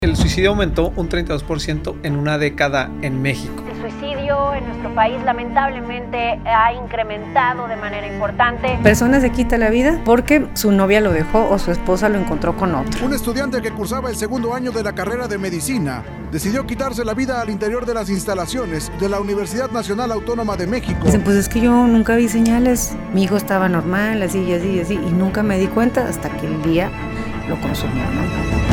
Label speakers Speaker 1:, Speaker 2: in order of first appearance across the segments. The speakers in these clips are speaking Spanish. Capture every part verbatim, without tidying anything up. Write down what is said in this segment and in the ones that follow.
Speaker 1: El suicidio aumentó un treinta y dos por ciento en una década en México.
Speaker 2: El suicidio en nuestro país lamentablemente ha incrementado de manera importante.
Speaker 3: Personas se quitan la vida porque su novia lo dejó o su esposa lo encontró con otro.
Speaker 4: Un estudiante que cursaba el segundo año de la carrera de medicina decidió quitarse la vida al interior de las instalaciones de la Universidad Nacional Autónoma de México.
Speaker 3: Dicen, pues es que yo nunca vi señales. Mi hijo estaba normal, así y así y así, y nunca me di cuenta hasta que el día lo consumió, ¿no?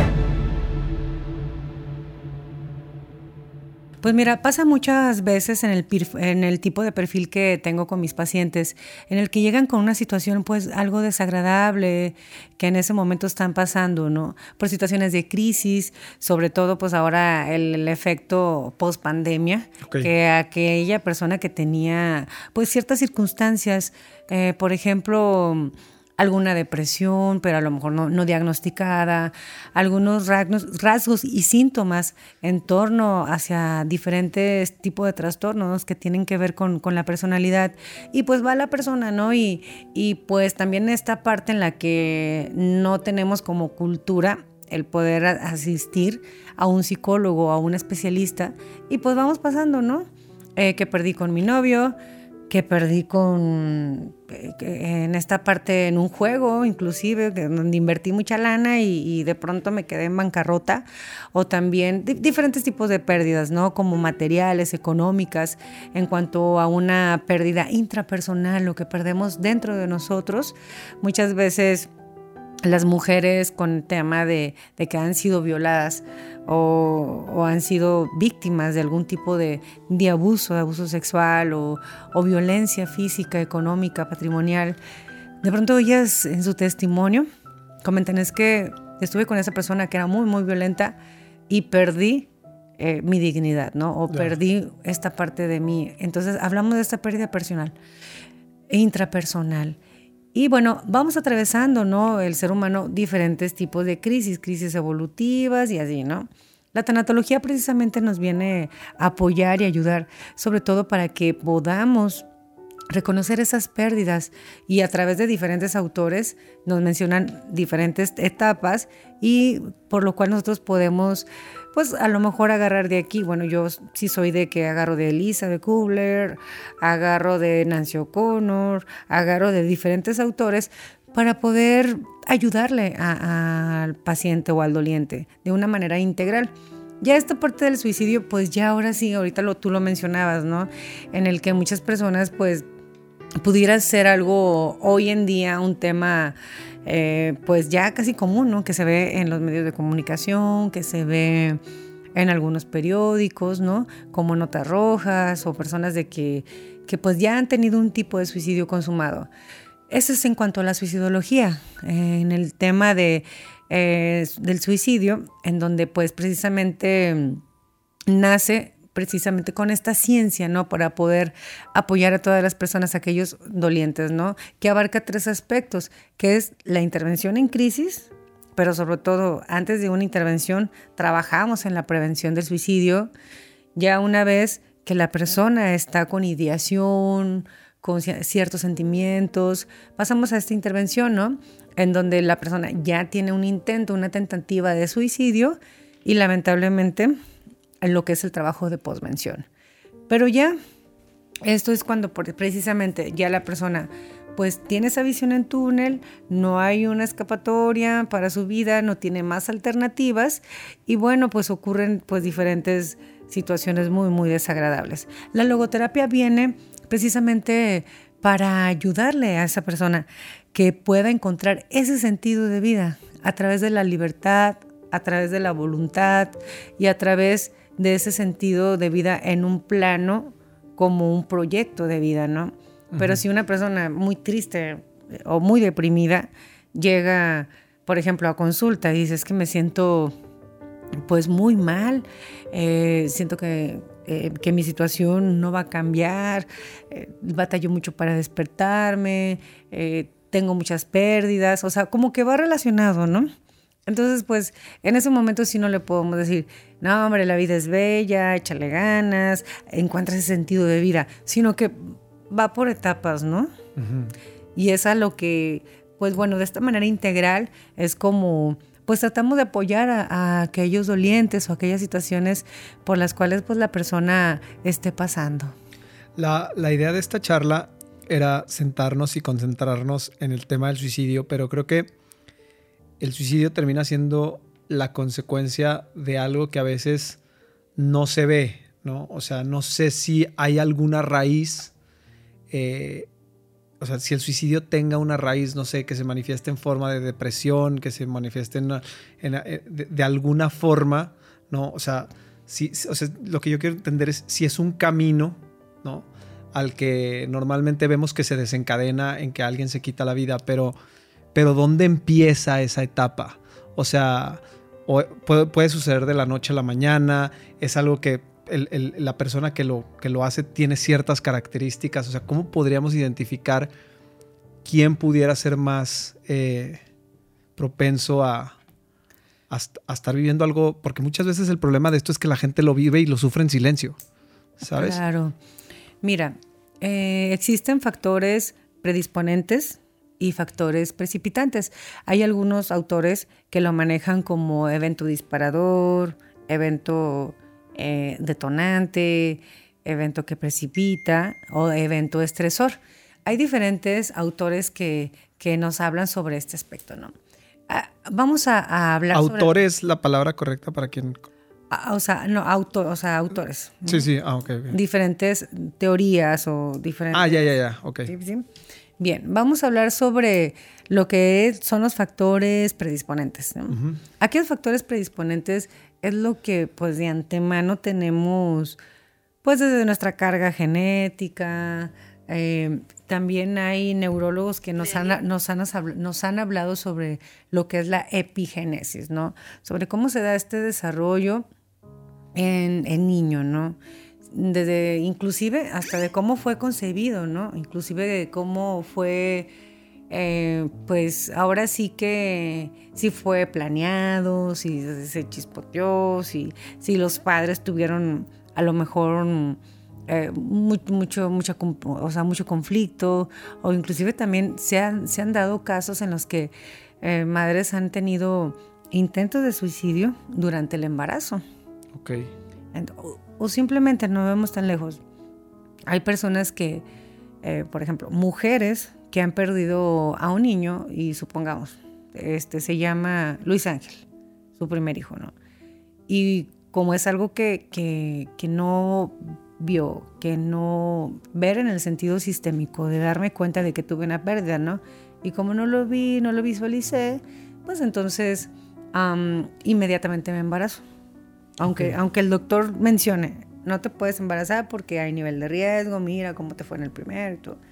Speaker 3: Pues mira, pasa muchas veces en el, en el tipo de perfil que tengo con mis pacientes, en el que llegan con una situación pues algo desagradable que en ese momento están pasando, ¿no? Por situaciones de crisis, sobre todo pues ahora el, el efecto post pandemia, okay. Que aquella persona que tenía pues ciertas circunstancias, eh, por ejemplo, alguna depresión, pero a lo mejor no, no diagnosticada, algunos rasgos, rasgos y síntomas en torno hacia diferentes tipos de trastornos que tienen que ver con, con la personalidad. Y pues va la persona, ¿no? Y, y pues también esta parte en la que no tenemos como cultura el poder asistir a un psicólogo, a un especialista, y pues vamos pasando, ¿no? Eh, que perdí con mi novio, que perdí con en esta parte en un juego inclusive donde invertí mucha lana y, y de pronto me quedé en bancarrota, o también di- diferentes tipos de pérdidas, ¿no? Como materiales, económicas, en cuanto a una pérdida intrapersonal, lo que perdemos dentro de nosotros. Muchas veces las mujeres con el tema de, de que han sido violadas o, o han sido víctimas de algún tipo de, de abuso, de abuso sexual o, o violencia física, económica, patrimonial. De pronto ellas en su testimonio comentan, es que estuve con esa persona que era muy, muy violenta y perdí eh, mi dignidad, ¿no? O claro. Perdí esta parte de mí. Entonces hablamos de esta pérdida personal e intrapersonal. Y bueno, vamos atravesando, ¿no? El ser humano diferentes tipos de crisis, crisis evolutivas y así, ¿no? La tanatología precisamente nos viene a apoyar y ayudar, sobre todo para que podamos reconocer esas pérdidas, y a través de diferentes autores nos mencionan diferentes etapas, y por lo cual nosotros podemos pues a lo mejor agarrar de aquí. Bueno, yo sí soy de que agarro de Elizabeth Kubler, agarro de Nancy O'Connor, agarro de diferentes autores para poder ayudarle al paciente o al doliente de una manera integral. Ya esta parte del suicidio, pues ya ahora sí, ahorita lo, tú lo mencionabas, ¿no? En el que muchas personas pues pudiera ser algo hoy en día, un tema eh, pues ya casi común, ¿no? Que se ve en los medios de comunicación, que se ve en algunos periódicos, ¿no? Como notas rojas o personas de que, que pues ya han tenido un tipo de suicidio consumado. Eso es en cuanto a la suicidología. Eh, en el tema de, eh, del suicidio, en donde pues precisamente nace precisamente con esta ciencia, ¿no? Para poder apoyar a todas las personas, aquellos dolientes, ¿no? Que abarca tres aspectos, que es la intervención en crisis, pero sobre todo antes de una intervención trabajamos en la prevención del suicidio. Ya una vez que la persona está con ideación, con ciertos sentimientos, pasamos a esta intervención, ¿no? En donde la persona ya tiene un intento, una tentativa de suicidio, y lamentablemente en lo que es el trabajo de posvención. Pero ya, esto es cuando precisamente ya la persona pues tiene esa visión en túnel, no hay una escapatoria para su vida, no tiene más alternativas, y bueno, pues ocurren pues diferentes situaciones muy, muy desagradables. La logoterapia viene precisamente para ayudarle a esa persona que pueda encontrar ese sentido de vida a través de la libertad, a través de la voluntad y a través de ese sentido de vida en un plano como un proyecto de vida, ¿no? Uh-huh. Pero si una persona muy triste o muy deprimida llega, por ejemplo, a consulta y dice, es que me siento pues muy mal, eh, siento que, eh, que mi situación no va a cambiar, eh, batallo mucho para despertarme, eh, tengo muchas pérdidas, o sea, como que va relacionado, ¿no? Entonces, pues, en ese momento sí no le podemos decir, no, hombre, la vida es bella, échale ganas, encuentra ese sentido de vida, sino que va por etapas, ¿no? Uh-huh. Y es a lo que, pues bueno, de esta manera integral es como pues tratamos de apoyar a, a aquellos dolientes o aquellas situaciones por las cuales pues la persona esté pasando.
Speaker 1: La, la idea de esta charla era sentarnos y concentrarnos en el tema del suicidio, pero creo que el suicidio termina siendo la consecuencia de algo que a veces no se ve, ¿no? O sea, no sé si hay alguna raíz, eh, o sea, si el suicidio tenga una raíz, no sé, que se manifieste en forma de depresión, que se manifieste en una, en, de, de alguna forma, ¿no? O sea, si, o sea, lo que yo quiero entender es si es un camino, ¿no?, al que normalmente vemos que se desencadena en que alguien se quita la vida, pero, pero ¿dónde empieza esa etapa? O sea, o puede, puede suceder de la noche a la mañana, es algo que el, el, la persona que lo, que lo hace tiene ciertas características. O sea, ¿cómo podríamos identificar quién pudiera ser más eh, propenso a, a, a estar viviendo algo? Porque muchas veces el problema de esto es que la gente lo vive y lo sufre en silencio, ¿sabes?
Speaker 3: Claro. Mira, eh, existen factores predisponentes y factores precipitantes. Hay algunos autores que lo manejan como evento disparador, evento eh, detonante, evento que precipita o evento estresor. Hay diferentes autores que, que nos hablan sobre este aspecto, ¿no? Ah, vamos a, a hablar
Speaker 1: ¿Autor
Speaker 3: sobre...
Speaker 1: es la palabra correcta para quien...?
Speaker 3: Ah, o sea, no, autor, o sea, autores, ¿no?
Speaker 1: Sí, sí, ah, ok. okay.
Speaker 3: Diferentes teorías o diferentes...
Speaker 1: Ah, ya, ya, ya, ok.
Speaker 3: ¿Sí, sí? Bien, vamos a hablar sobre lo que es, son los factores predisponentes, ¿no? Uh-huh. Aquellos factores predisponentes es lo que, pues, de antemano tenemos, pues, desde nuestra carga genética. Eh, también hay neurólogos que nos han, nos, han, nos han hablado sobre lo que es la epigénesis, ¿no? Sobre cómo se da este desarrollo en el niño, ¿no? Desde, inclusive hasta de cómo fue concebido, ¿no? Inclusive de cómo fue, eh, pues ahora sí que si fue planeado, si se chispoteó, si, si los padres tuvieron a lo mejor eh, mucho, mucho, mucha, o sea, mucho conflicto, o inclusive también se han, se han dado casos en los que eh, madres han tenido intentos de suicidio durante el embarazo.
Speaker 1: Ok.
Speaker 3: O, o simplemente no vemos tan lejos. Hay personas que, eh, por ejemplo, mujeres que han perdido a un niño y supongamos, este se llama Luis Ángel, su primer hijo, ¿no? Y como es algo que, que, que no vio, que no ver en el sentido sistémico, de darme cuenta de que tuve una pérdida, ¿no? Y como no lo vi, no lo visualicé, pues entonces um, inmediatamente me embarazo. Aunque, okay. aunque el doctor mencione, no te puedes embarazar porque hay nivel de riesgo, mira cómo te fue en el primero y todo.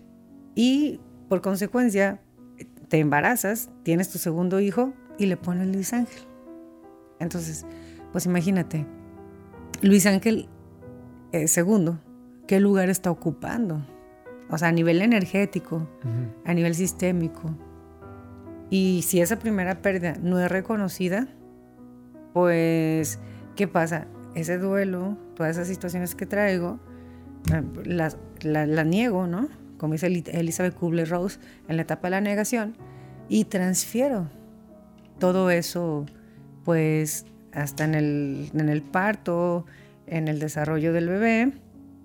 Speaker 3: Y por consecuencia, te embarazas, tienes tu segundo hijo y le pones Luis Ángel. Entonces, pues imagínate, Luis Ángel eh, segundo, ¿qué lugar está ocupando? O sea, a nivel energético, uh-huh. a nivel sistémico. Y si esa primera pérdida no es reconocida, pues, ¿qué pasa? Ese duelo, todas esas situaciones que traigo, las la, la niego, ¿no? Como dice Elizabeth Kubler-Ross en la etapa de la negación, y transfiero todo eso, pues, hasta en el, en el parto, en el desarrollo del bebé,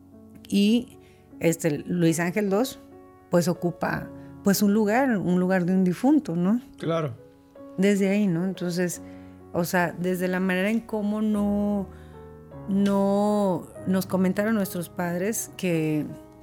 Speaker 3: y este Luis Ángel dos, pues, ocupa, pues, un lugar, un lugar de un difunto, ¿no?
Speaker 1: Claro.
Speaker 3: Desde ahí, ¿no? Entonces, o sea, desde la manera en cómo no, no nos comentaron nuestros padres que,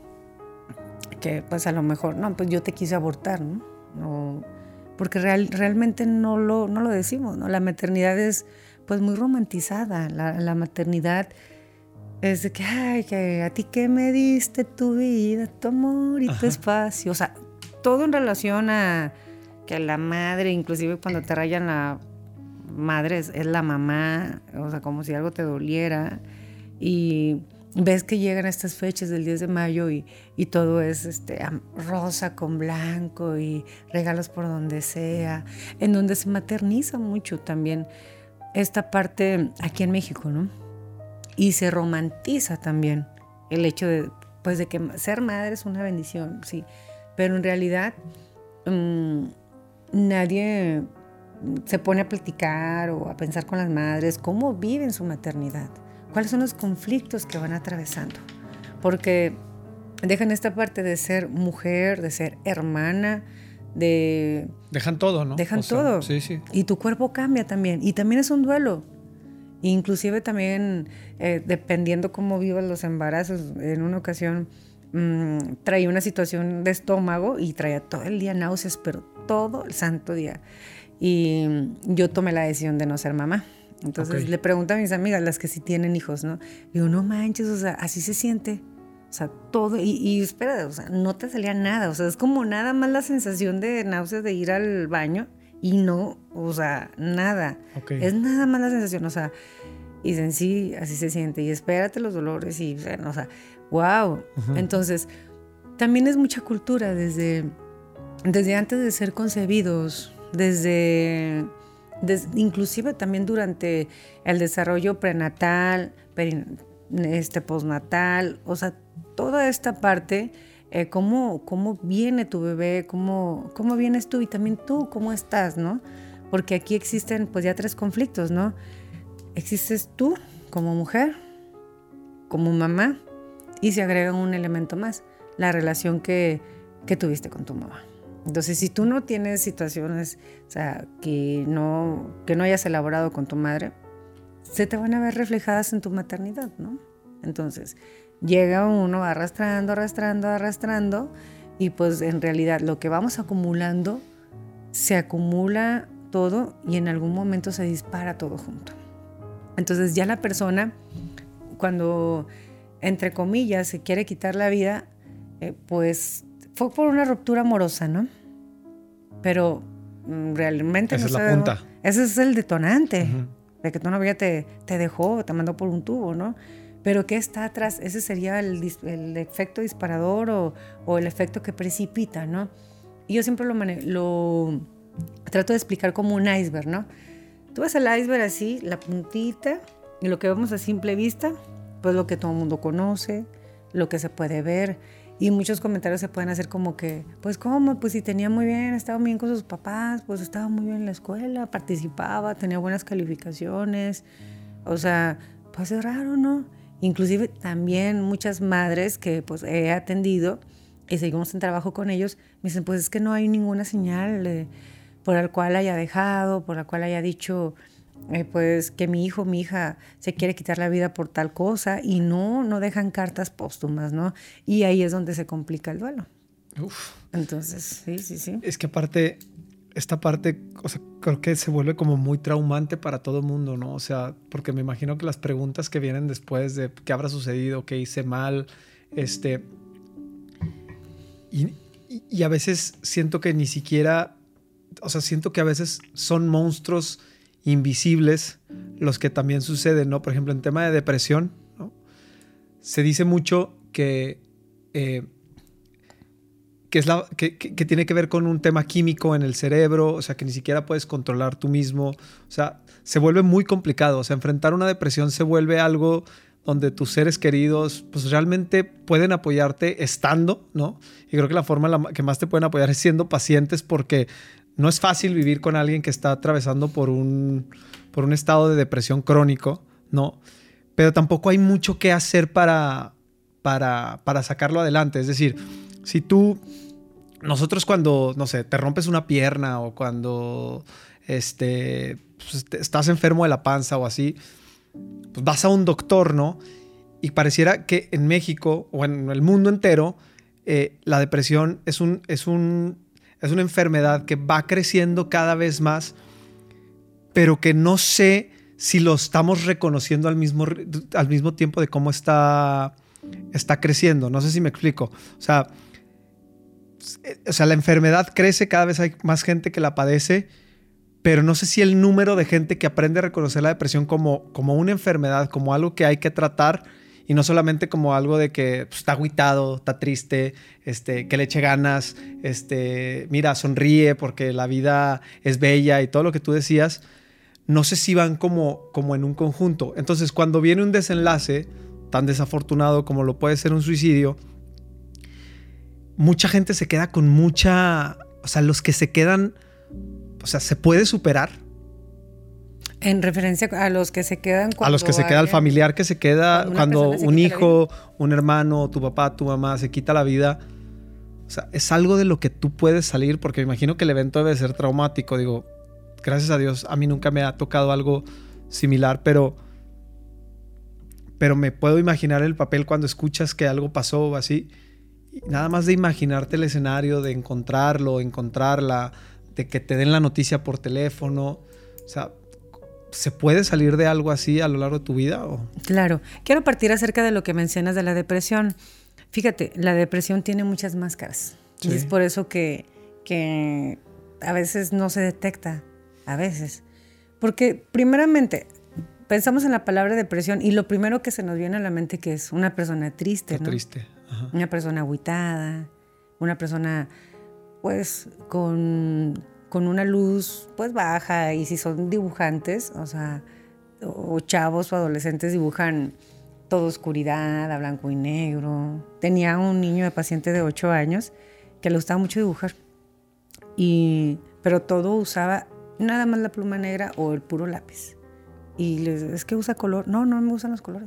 Speaker 3: que pues a lo mejor, no, pues yo te quise abortar, ¿no? no porque real, realmente no lo, no lo decimos, ¿no? La maternidad es pues muy romantizada. La, la maternidad es de que, ay, que a ti que me diste tu vida, tu amor y tu Ajá. espacio. O sea, todo en relación a que la madre, inclusive cuando te rayan la madre es, es la mamá, o sea, como si algo te doliera, y ves que llegan estas fechas del diez de mayo y, y todo es este, rosa con blanco y regalos por donde sea, en donde se materniza mucho también esta parte aquí en México, ¿no? Y se romantiza también el hecho de, pues, de que ser madre es una bendición, sí, pero en realidad mmm, nadie... se pone a platicar o a pensar con las madres cómo viven su maternidad, cuáles son los conflictos que van atravesando, porque dejan esta parte de ser mujer, de ser hermana, de...
Speaker 1: Dejan todo, ¿no?
Speaker 3: Dejan
Speaker 1: o sea,
Speaker 3: todo.
Speaker 1: Sí, sí.
Speaker 3: Y tu cuerpo cambia también. Y también es un duelo. Inclusive también, eh, dependiendo cómo vivas los embarazos, en una ocasión mmm, traía una situación de estómago y traía todo el día náuseas, pero todo el santo día. Y yo tomé la decisión de no ser mamá. Entonces okay. le pregunto a mis amigas, las que sí tienen hijos, ¿no? Digo, no manches, o sea, así se siente. O sea, todo, y, y espera, o sea, no te salía nada, o sea, es como nada más la sensación de náuseas de ir al baño y no, o sea, nada. Okay. Es nada más la sensación, o sea, y dicen, sí, así se siente, y espérate los dolores, y, o sea, wow. Uh-huh. Entonces, también es mucha cultura desde, desde antes de ser concebidos, desde, desde inclusive también durante el desarrollo prenatal, perin, este postnatal, o sea, toda esta parte, eh, cómo, cómo viene tu bebé, cómo, cómo vienes tú y también tú, cómo estás, ¿no? Porque aquí existen pues ya tres conflictos, ¿no? Existes tú como mujer, como mamá, y se agrega un elemento más, la relación que, que tuviste con tu mamá. Entonces, si tú no tienes situaciones, o sea, que no, que no hayas elaborado con tu madre, se te van a ver reflejadas en tu maternidad, ¿no? Entonces, llega uno arrastrando, arrastrando, arrastrando, y pues en realidad lo que vamos acumulando, se acumula todo y en algún momento se dispara todo junto. Entonces ya la persona, cuando, entre comillas, se quiere quitar la vida, eh, pues fue por una ruptura amorosa, ¿no? Pero mm, realmente...
Speaker 1: Esa
Speaker 3: no
Speaker 1: es la
Speaker 3: sabemos,
Speaker 1: punta.
Speaker 3: Ese es el detonante,
Speaker 1: uh-huh.
Speaker 3: de que tu novia te, te dejó, te mandó por un tubo, ¿no? Pero ¿qué está atrás? Ese sería el, el efecto disparador o, o el efecto que precipita, ¿no? Y yo siempre lo, mane- lo trato de explicar como un iceberg, ¿no? Tú ves el iceberg así, la puntita, y lo que vemos a simple vista, pues lo que todo el mundo conoce, lo que se puede ver. Y muchos comentarios se pueden hacer como que, pues ¿cómo? Pues si tenía muy bien, estaba bien con sus papás, pues estaba muy bien en la escuela, participaba, tenía buenas calificaciones. O sea, pues es raro, ¿no? Inclusive también muchas madres que pues he atendido y seguimos en trabajo con ellos, me dicen, pues es que no hay ninguna señal eh, por la cual haya dejado, por la cual haya dicho eh, pues que mi hijo, mi hija se quiere quitar la vida por tal cosa, y no, no dejan cartas póstumas, ¿no? Y ahí es donde se complica el duelo.
Speaker 1: Uf.
Speaker 3: Entonces, sí, sí, sí.
Speaker 1: Es que aparte, esta parte, o sea, creo que se vuelve como muy traumante para todo el mundo, ¿no? O sea, porque me imagino que las preguntas que vienen después de qué habrá sucedido, qué hice mal, este... Y, y a veces siento que ni siquiera... O sea, siento que a veces son monstruos invisibles los que también suceden, ¿no? Por ejemplo, en tema de depresión, ¿no? Se dice mucho que... Eh, Que, es la, que, que, que tiene que ver con un tema químico en el cerebro, o sea, que ni siquiera puedes controlar tú mismo. O sea, se vuelve muy complicado. O sea, enfrentar una depresión se vuelve algo donde tus seres queridos pues realmente pueden apoyarte estando, ¿no? Y creo que la forma en la que más te pueden apoyar es siendo pacientes, porque no es fácil vivir con alguien que está atravesando por un, por un estado de depresión crónico, ¿no? Pero tampoco hay mucho que hacer para, para, para sacarlo adelante. Es decir, si tú... Nosotros cuando, no sé, te rompes una pierna o cuando este, pues, estás enfermo de la panza o así, pues vas a un doctor, ¿no? Y pareciera que en México o en el mundo entero eh, la depresión es, un, es, un, es una enfermedad que va creciendo cada vez más, pero que no sé si lo estamos reconociendo al mismo, al mismo tiempo de cómo está, está creciendo. No sé si me explico. O sea... O sea, la enfermedad crece, cada vez hay más gente que la padece, pero no sé si el número de gente que aprende a reconocer la depresión como, como una enfermedad, como algo que hay que tratar, y no solamente como algo de que pues, está agüitado, está triste, este, que le eche ganas, este, mira, sonríe porque la vida es bella y todo lo que tú decías, no sé si van como, como en un conjunto. Entonces, cuando viene un desenlace tan desafortunado como lo puede ser un suicidio, mucha gente se queda con mucha... O sea, los que se quedan o sea, ¿se puede superar?
Speaker 3: En referencia a los que se quedan cuando
Speaker 1: a los que se queda, al familiar que se queda cuando, cuando un hijo, un hermano, tu papá, tu mamá se quita la vida. O sea, es algo de lo que tú puedes salir, porque me imagino que el evento debe ser traumático. Digo, gracias a Dios, a mí nunca me ha tocado algo similar, pero, pero me puedo imaginar el papel cuando escuchas que algo pasó o así. Y nada más de imaginarte el escenario, de encontrarlo, encontrarla, de que te den la noticia por teléfono. O sea, ¿se puede salir de algo así a lo largo de tu vida? ¿O?
Speaker 3: Claro. Quiero partir acerca de lo que mencionas de la depresión. Fíjate, la depresión tiene muchas máscaras. Sí. Y es por eso que, que a veces no se detecta. A veces. Porque primeramente pensamos en la palabra depresión y lo primero que se nos viene a la mente que es una persona triste, ¿no?
Speaker 1: Triste. Ajá.
Speaker 3: Una persona agüitada, una persona pues con... con una luz pues baja, y si son dibujantes, o sea, o chavos o adolescentes dibujan toda oscuridad, a blanco y negro. Tenía un niño de paciente de ocho años que le gustaba mucho dibujar, y, pero todo usaba nada más la pluma negra o el puro lápiz. Y les es que usa color. No, no me gustan los colores.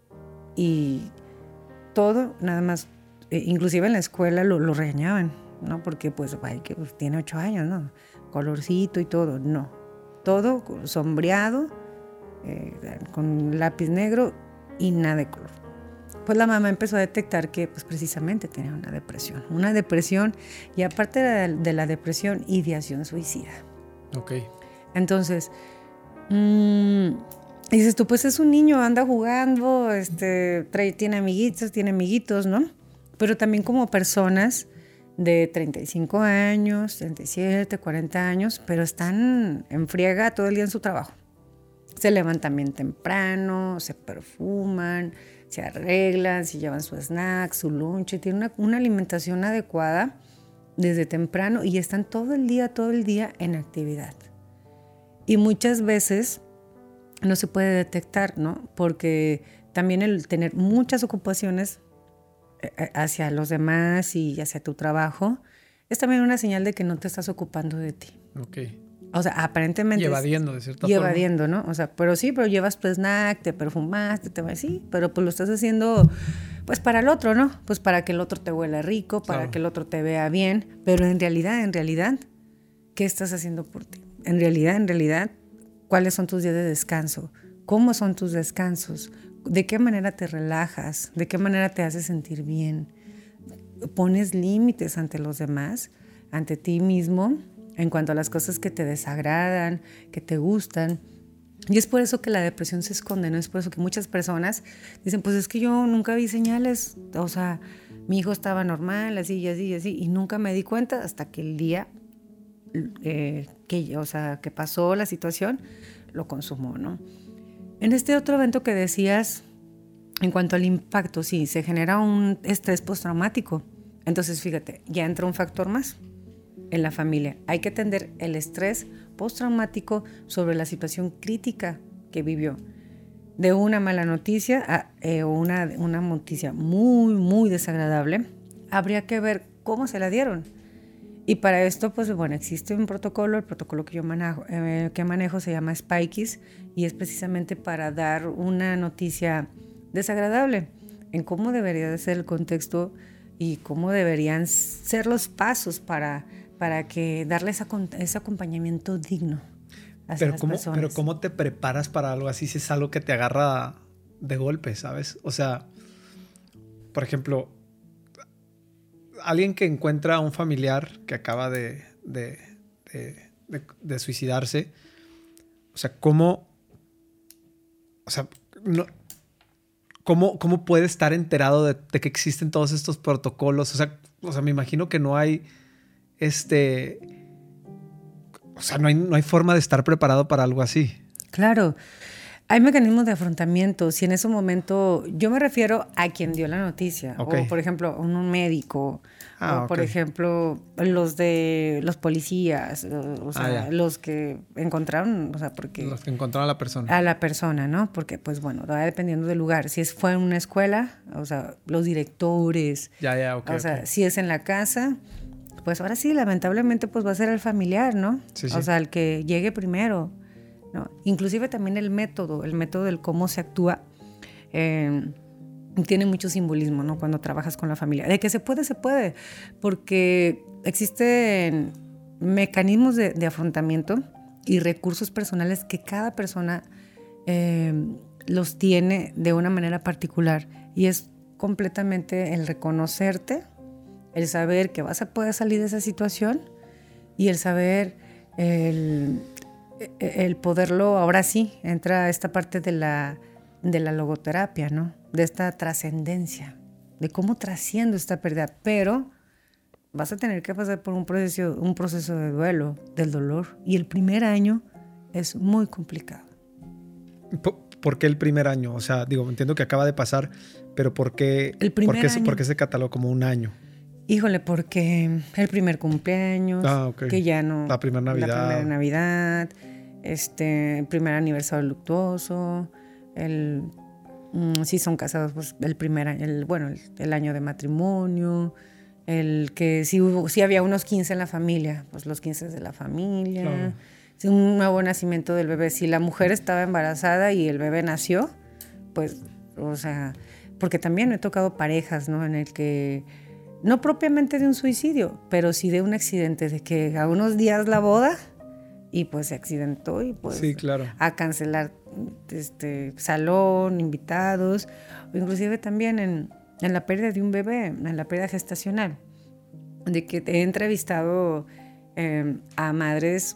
Speaker 3: Y todo, nada más, eh, inclusive en la escuela lo, lo regañaban, ¿no? Porque pues, ay, que pues, tiene ocho años, ¿no? Colorcito y todo, no. Todo sombreado, eh, con lápiz negro y nada de color. Pues la mamá empezó a detectar que pues, precisamente tenía una depresión. Una depresión, y aparte de la, de la depresión, ideación suicida.
Speaker 1: Ok.
Speaker 3: Entonces, mmm, dices tú, pues es un niño, anda jugando, este, trae, tiene amiguitos, tiene amiguitos, ¿no? Pero también como personas de treinta y cinco años, treinta y siete, cuarenta años, pero están en friega todo el día en su trabajo. Se levantan bien temprano, se perfuman, se arreglan, se llevan su snack, su lunch, tienen una, una alimentación adecuada desde temprano y están todo el día, todo el día en actividad. Y muchas veces no se puede detectar, ¿no? Porque también el tener muchas ocupaciones hacia los demás y hacia tu trabajo es también una señal de que no te estás ocupando de ti.
Speaker 1: Ok.
Speaker 3: O sea, aparentemente...
Speaker 1: Y evadiendo, de cierta
Speaker 3: y
Speaker 1: forma.
Speaker 3: Y evadiendo, ¿no? O sea, pero sí, pero llevas tu snack, te perfumaste, te vas así, pero pues lo estás haciendo pues para el otro, ¿no? Pues para que el otro te huela rico, para claro. que el otro te vea bien, pero en realidad, en realidad, ¿qué estás haciendo por ti? En realidad, en realidad, ¿cuáles son tus días de descanso? ¿Cómo son tus descansos? ¿De qué manera te relajas? ¿De qué manera te haces sentir bien? ¿Pones límites ante los demás, ante ti mismo, en cuanto a las cosas que te desagradan, que te gustan? Y es por eso que la depresión se esconde, ¿no? Es por eso que muchas personas dicen, pues es que yo nunca vi señales, o sea, mi hijo estaba normal, así y así y así, y nunca me di cuenta hasta que el día eh, que, o sea, que pasó la situación, lo consumó, ¿no? En este otro evento que decías, en cuanto al impacto, sí, se genera un estrés postraumático. Entonces, fíjate, ya entra un factor más en la familia. Hay que atender el estrés postraumático sobre la situación crítica que vivió. De una mala noticia a eh, una, una noticia muy, muy desagradable, habría que ver cómo se la dieron. Y para esto, pues bueno, existe un protocolo, el protocolo que yo manejo, eh, que manejo se llama Spikes, y es precisamente para dar una noticia desagradable en cómo debería de ser el contexto y cómo deberían ser los pasos para, para que darle esa, ese acompañamiento digno a
Speaker 1: pero
Speaker 3: las
Speaker 1: cómo,
Speaker 3: personas.
Speaker 1: Pero ¿cómo te preparas para algo así si es algo que te agarra de golpe, ¿sabes? O sea, por ejemplo, alguien que encuentra a un familiar que acaba de, de, de, de, de suicidarse, o sea, ¿cómo, o sea, no, cómo, cómo puede estar enterado de, de que existen todos estos protocolos? O sea, o sea, me imagino que no hay, este, o sea, no hay, no hay forma de estar preparado para algo así.
Speaker 3: Claro. Hay mecanismos de afrontamiento. Si en ese momento, yo me refiero a quien dio la noticia, okay. O por ejemplo, un médico, ah, o okay. por ejemplo, los de los policías, o sea, ah, los que encontraron, o sea, porque...
Speaker 1: Los que encontraron a la persona.
Speaker 3: A la persona, ¿no? Porque, pues bueno, va dependiendo del lugar. Si es, fue en una escuela, o sea, los directores.
Speaker 1: Ya, ya, ok.
Speaker 3: O sea,
Speaker 1: okay.
Speaker 3: si es en la casa, pues ahora sí, lamentablemente, pues va a ser el familiar, ¿no?
Speaker 1: Sí, sí.
Speaker 3: O sea, el que llegue primero, ¿no? Inclusive también el método, el método del cómo se actúa, eh, tiene mucho simbolismo, ¿no? Cuando trabajas con la familia. De que se puede, se puede, porque existen mecanismos de, de afrontamiento y recursos personales que cada persona eh, los tiene de una manera particular, y es completamente el reconocerte, el saber que vas a poder salir de esa situación y el saber, el, el poderlo, ahora sí, entra esta parte de la, de la logoterapia, ¿no? De esta trascendencia, de cómo trasciendo esta pérdida, pero vas a tener que pasar por un proceso, un proceso de duelo, del dolor, y el primer año es muy complicado.
Speaker 1: ¿Por qué el primer año? O sea, digo, entiendo que acaba de pasar, pero ¿por qué,
Speaker 3: el primer
Speaker 1: ¿por qué,
Speaker 3: año,
Speaker 1: ¿por qué se catalogó como un año?
Speaker 3: Híjole, porque el primer cumpleaños,
Speaker 1: ah, okay.
Speaker 3: que ya no...
Speaker 1: La primera Navidad.
Speaker 3: La primera Navidad, este, el primer aniversario luctuoso, el... Mm, si son casados, pues el primer año, el, bueno, el, el año de matrimonio, el que si, hubo, si había unos quince en la familia, pues los quince de la familia... Claro. Un nuevo nacimiento del bebé. Si la mujer estaba embarazada y el bebé nació, pues, o sea, porque también he tocado parejas, ¿no? En el que, no propiamente de un suicidio, pero sí de un accidente, de que a unos días la boda y pues se accidentó y pues
Speaker 1: sí, claro.
Speaker 3: a cancelar este salón, invitados, o inclusive también en, en la pérdida de un bebé, en la pérdida gestacional, de que he entrevistado eh, a madres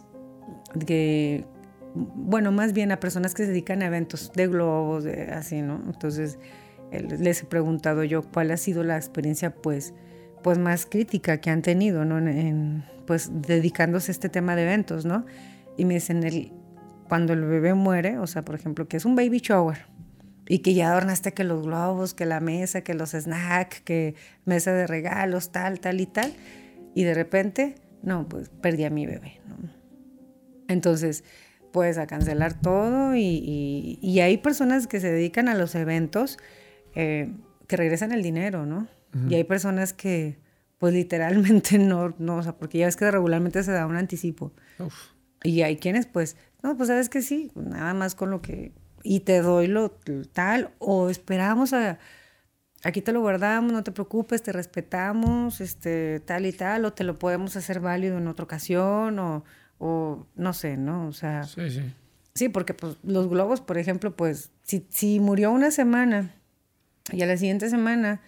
Speaker 3: que, bueno, más bien a personas que se dedican a eventos de globos, de, así, ¿no? Entonces, les he preguntado yo cuál ha sido la experiencia, pues, pues más crítica que han tenido, ¿no? En, en, pues, dedicándose a este tema de eventos, ¿no? Y me dicen, el, cuando el bebé muere, o sea, por ejemplo, que es un baby shower, y que ya adornaste que los globos, que la mesa, que los snacks, que mesa de regalos, tal, tal y tal, y de repente, no, pues, perdí a mi bebé, ¿no? Entonces, pues a cancelar todo y, y, y hay personas que se dedican a los eventos eh, que regresan el dinero, ¿no? Uh-huh. Y hay personas que, pues literalmente no, no, o sea, porque ya ves que regularmente se da un anticipo. Uf. Y hay quienes, pues, no, pues sabes que sí, nada más con lo que, y te doy lo tal, o esperamos a, aquí te lo guardamos, no te preocupes, te respetamos, este, tal y tal, o te lo podemos hacer válido en otra ocasión, o... o no sé, ¿no? O sea...
Speaker 1: Sí, sí.
Speaker 3: Sí, porque pues los globos, por ejemplo, pues si, si murió una semana y a la siguiente semana,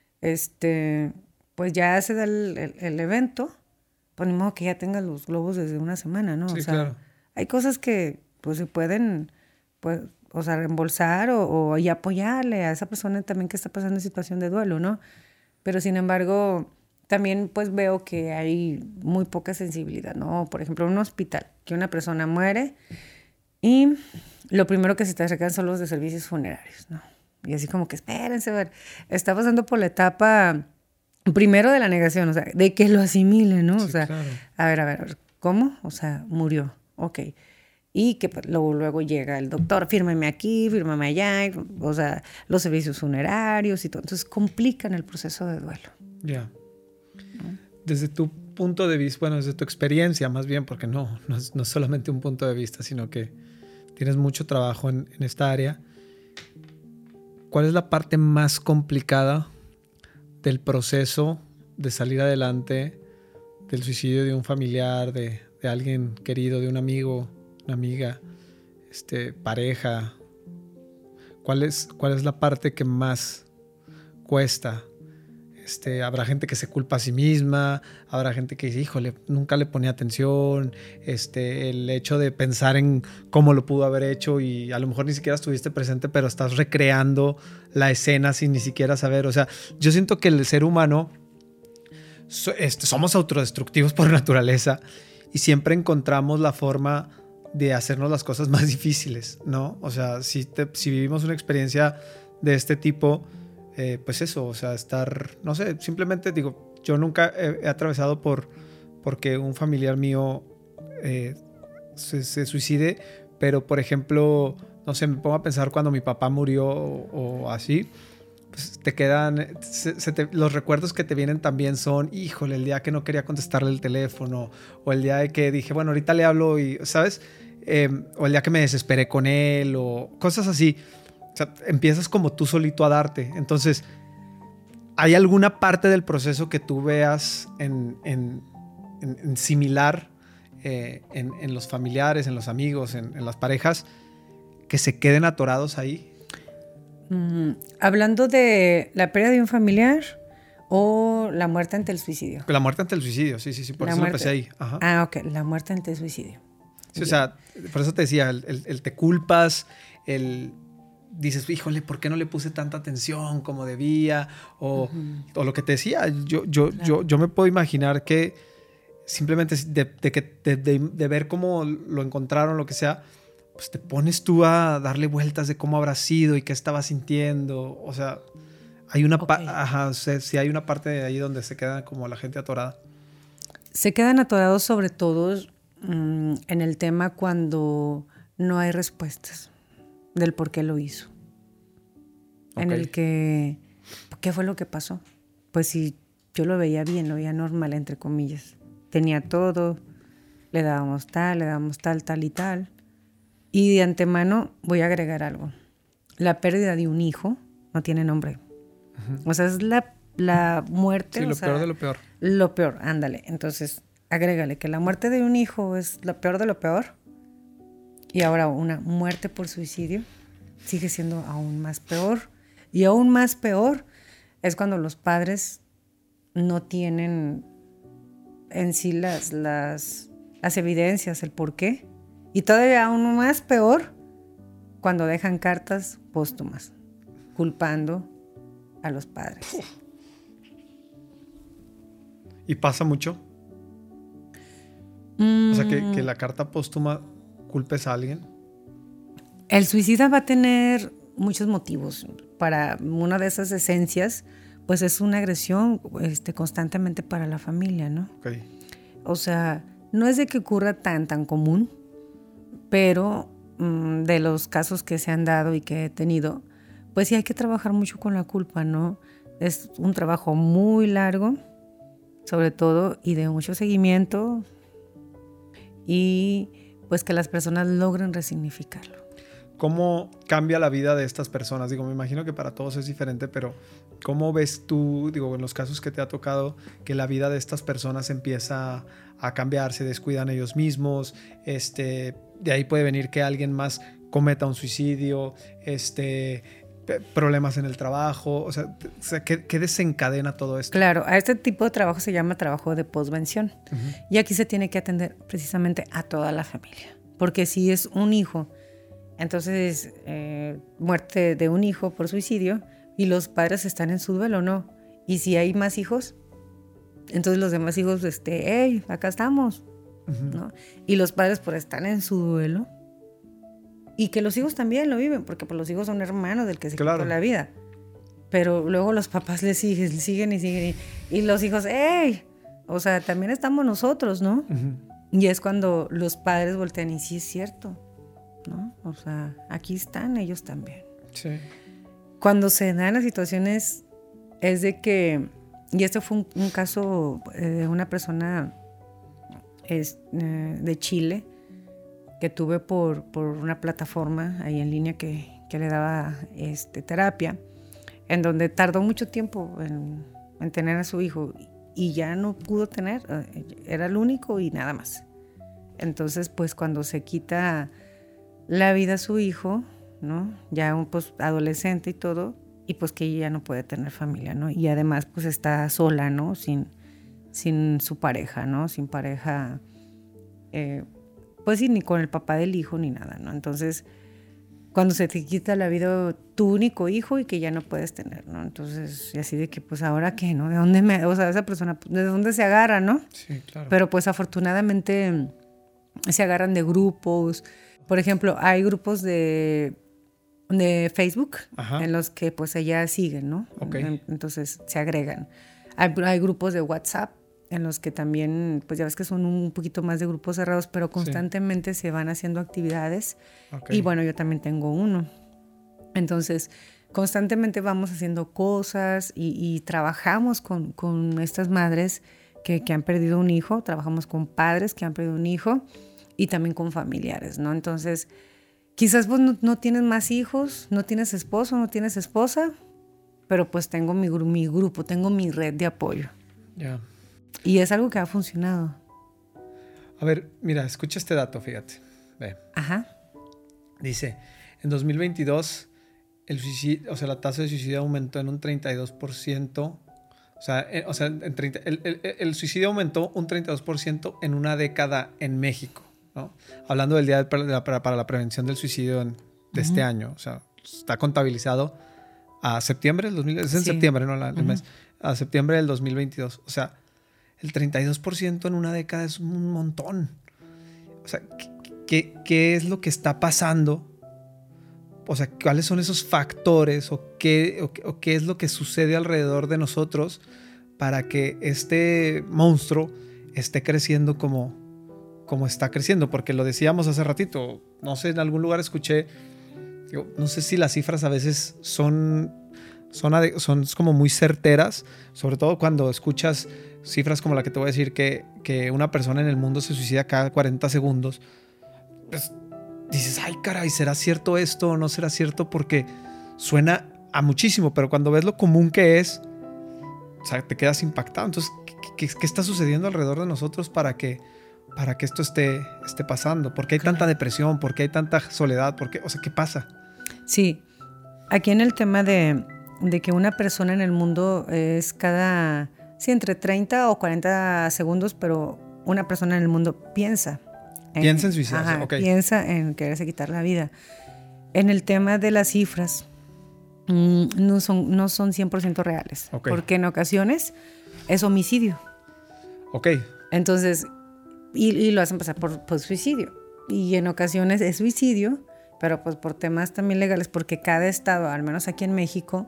Speaker 3: este, pues ya se da el, el, el evento, pues ni modo que ya tenga los globos desde una semana, ¿no?
Speaker 1: Sí,
Speaker 3: o sea,
Speaker 1: claro.
Speaker 3: Hay cosas que pues se pueden, pues, o sea, reembolsar o, o y apoyarle a esa persona también que está pasando en situación de duelo, ¿no? Pero sin embargo... También pues veo que hay muy poca sensibilidad, ¿no? Por ejemplo, en un hospital, que una persona muere y lo primero que se te acercan son los de servicios funerarios, ¿no? Y así como que espérense, a ver, está pasando por la etapa primero de la negación, o sea, de que lo asimile, ¿no?
Speaker 1: Sí,
Speaker 3: o sea,
Speaker 1: claro.
Speaker 3: a ver, a ver, a ver, ¿cómo? O sea, murió, ok. Y que luego, luego llega el doctor, fírmeme aquí, fírmeme allá, o sea, los servicios funerarios y todo. Entonces complican el proceso de duelo.
Speaker 1: Ya. Yeah. Desde tu punto de vista, bueno, desde tu experiencia más bien, porque no, no es, no es solamente un punto de vista, sino que tienes mucho trabajo en, en esta área. ¿Cuál es la parte más complicada del proceso de salir adelante del suicidio de un familiar, de, de alguien querido, de un amigo, una amiga, este, pareja? ¿Cuál es, cuál es la parte que más cuesta? Este, habrá gente que se culpa a sí misma, habrá gente que dice, híjole, nunca le ponía atención, este, el hecho de pensar en cómo lo pudo haber hecho y a lo mejor ni siquiera estuviste presente, pero estás recreando la escena sin ni siquiera saber. O sea, yo siento que el ser humano so, este, somos autodestructivos por naturaleza y siempre encontramos la forma de hacernos las cosas más difíciles, ¿no? O sea, si, te, si vivimos una experiencia de este tipo... Eh, pues eso, o sea, estar, no sé, simplemente digo, yo nunca he, he atravesado por porque un familiar mío eh, se, se suicide, pero por ejemplo, no sé, me pongo a pensar cuando mi papá murió o, o así, pues te quedan, se, se te, los recuerdos que te vienen también son, híjole, el día que no quería contestarle el teléfono, o el día de que dije, bueno, ahorita le hablo y, ¿sabes? Eh, o el día que me desesperé con él, o cosas así. O sea, empiezas como tú solito a darte. Entonces, ¿hay alguna parte del proceso que tú veas en, en, en, en similar eh, en, en los familiares, en los amigos, en, en las parejas, que se queden atorados ahí?
Speaker 3: Mm, hablando de la pérdida de un familiar o la muerte ante el suicidio.
Speaker 1: La muerte ante el suicidio, sí, sí, sí, por
Speaker 3: la
Speaker 1: eso
Speaker 3: muerte.
Speaker 1: lo empecé ahí. Ajá.
Speaker 3: Ah, ok, la muerte ante el suicidio.
Speaker 1: Sí, o sea, por eso te decía, el, el, el te culpas, el dices, híjole, ¿por qué no le puse tanta atención como debía? O, uh-huh. o lo que te decía, yo, yo, claro. yo, yo me puedo imaginar que simplemente de, de, de, de, de ver cómo lo encontraron, lo que sea, pues te pones tú a darle vueltas de cómo habrá sido y qué estaba sintiendo. O sea, hay una, okay. pa- ajá, o sea, sí hay una parte de ahí donde se queda como la gente atorada.
Speaker 3: Se quedan atorados sobre todo mmm, en el tema cuando no hay respuestas del por qué lo hizo. Okay. En el que, ¿qué fue lo que pasó? Pues si yo lo veía bien, lo veía normal, entre comillas. Tenía todo, le dábamos tal, le dábamos tal, tal y tal. Y de antemano voy a agregar algo. La pérdida de un hijo no tiene nombre. Uh-huh. O sea, es la, la muerte.
Speaker 1: Sí, lo
Speaker 3: o sea,
Speaker 1: peor de lo peor.
Speaker 3: Lo peor, ándale. Entonces, agrégale que la muerte de un hijo es lo peor de lo peor. Y ahora una muerte por suicidio sigue siendo aún más peor. Y aún más peor es cuando los padres no tienen en sí las, las, las evidencias, el por qué. Y todavía aún más peor cuando dejan cartas póstumas, culpando a los padres. Uf.
Speaker 1: ¿Y pasa mucho? Mm. O sea, que, que la carta póstuma culpes a alguien.
Speaker 3: El suicida va a tener muchos motivos. Para una de esas esencias, pues es una agresión este, constantemente para la familia, ¿no?
Speaker 1: Okay.
Speaker 3: O sea, no es de que ocurra tan, tan común, pero mmm, de los casos que se han dado y que he tenido, pues sí hay que trabajar mucho con la culpa, ¿no? Es un trabajo muy largo, sobre todo, y de mucho seguimiento, y pues que las personas logren resignificarlo.
Speaker 1: ¿Cómo cambia la vida de estas personas? Digo, me imagino que para todos es diferente, pero ¿cómo ves tú, digo, en los casos que te ha tocado, que la vida de estas personas empieza a cambiar, se descuidan ellos mismos, este, de ahí puede venir que alguien más cometa un suicidio, este, problemas en el trabajo, o sea, o sea ¿qué, ¿qué desencadena todo esto?
Speaker 3: Claro, a este tipo de trabajo se llama trabajo de posvención. Uh-huh. Y aquí se tiene que atender precisamente a toda la familia, porque si es un hijo, entonces eh, muerte de un hijo por suicidio y los padres están en su duelo, ¿no? Y si hay más hijos, entonces los demás hijos, este, hey, acá estamos, uh-huh. ¿no? Y los padres pues están en su duelo y que los hijos también lo viven, porque pues, los hijos son hermanos del que se
Speaker 1: claro.
Speaker 3: quitó la vida. Pero luego los papás le siguen, siguen y siguen y, y los hijos, hey, o sea, también estamos nosotros, ¿no? Uh-huh. Y es cuando los padres voltean y sí es cierto, ¿no? O sea, aquí están ellos también.
Speaker 1: Sí.
Speaker 3: Cuando se dan las situaciones es de que, y esto fue un, un caso de una persona es, eh, de Chile que tuve por, por una plataforma ahí en línea que, que le daba este, terapia, en donde tardó mucho tiempo en, en tener a su hijo y ya no pudo tener, era el único y nada más. Entonces, pues cuando se quita la vida a su hijo, ¿no? Ya un pues, adolescente y todo, y pues que ella ya no puede tener familia, ¿no? Y además pues está sola, ¿no? Sin, sin su pareja, ¿no? Sin pareja, eh, pues sí, ni con el papá del hijo ni nada, ¿no? Entonces, cuando se te quita la vida tu único hijo y que ya no puedes tener, ¿no? Entonces, y así de que pues ahora qué, ¿no? ¿De dónde me, o sea, esa persona, ¿de dónde se agarra, no?
Speaker 1: Sí, claro.
Speaker 3: Pero pues afortunadamente se agarran de grupos. Por ejemplo, hay grupos de, de Facebook, ajá, en los que pues ellas siguen, ¿no?
Speaker 1: Okay.
Speaker 3: Entonces se agregan. Hay, hay grupos de WhatsApp en los que también, pues ya ves que son un poquito más de grupos cerrados, pero constantemente sí. se van haciendo actividades. Okay. Y bueno, yo también tengo uno. Entonces, constantemente vamos haciendo cosas y, y trabajamos con, con estas madres que, que han perdido un hijo, trabajamos con padres que han perdido un hijo y también con familiares, ¿no? Entonces, quizás vos no, no tienes más hijos, no tienes esposo, no tienes esposa, pero pues tengo mi, mi grupo, tengo mi red de apoyo.
Speaker 1: Ya. Yeah.
Speaker 3: Y es algo que ha funcionado.
Speaker 1: A ver, mira, escucha este dato, fíjate. Ve.
Speaker 3: Ajá.
Speaker 1: Dice, en dos mil veintidós, el suicidio, o sea, la tasa de suicidio aumentó en un treinta y dos por ciento. O sea, en, o sea en treinta, el, el, el suicidio aumentó un treinta y dos por ciento en una década en México, ¿no? Hablando del Día de, para, para, para la Prevención del Suicidio en, de uh-huh. este año. O sea, está contabilizado a septiembre del dos mil, es en sí. septiembre, ¿no? La, el uh-huh. mes, a septiembre del dos mil veintidós. O sea, el treinta y dos por ciento en una década es un montón. O sea, ¿qué, qué, qué es lo que está pasando? O sea, ¿cuáles son esos factores o qué, o, o qué es lo que sucede alrededor de nosotros para que este monstruo esté creciendo como, como está creciendo? Porque lo decíamos hace ratito, no sé, en algún lugar escuché, yo, no sé si las cifras a veces son, son, son como muy certeras, sobre todo cuando escuchas cifras como la que te voy a decir, que, que una persona en el mundo se suicida cada cuarenta segundos. Pues dices, ay caray, ¿será cierto esto o no será cierto? Porque suena a muchísimo, pero cuando ves lo común que es, o sea, te quedas impactado. Entonces, ¿qué, qué, qué está sucediendo alrededor de nosotros para que, para que esto esté, esté pasando? ¿Por qué hay tanta depresión? ¿Por qué hay tanta soledad? ¿Por qué? O sea, ¿qué pasa?
Speaker 3: Sí, aquí en el tema de, de que una persona en el mundo es cada, sí, entre treinta o cuarenta segundos, pero una persona en el mundo piensa.
Speaker 1: Piensa en suicidarse,
Speaker 3: ajá,
Speaker 1: okay.
Speaker 3: Piensa en quererse quitar la vida. En el tema de las cifras, mmm, no son, no son cien por ciento reales. Okay. Porque en ocasiones es homicidio.
Speaker 1: Ok.
Speaker 3: Entonces, y, y lo hacen pasar por, por suicidio. Y en ocasiones es suicidio, pero pues por temas también legales, porque cada estado, al menos aquí en México,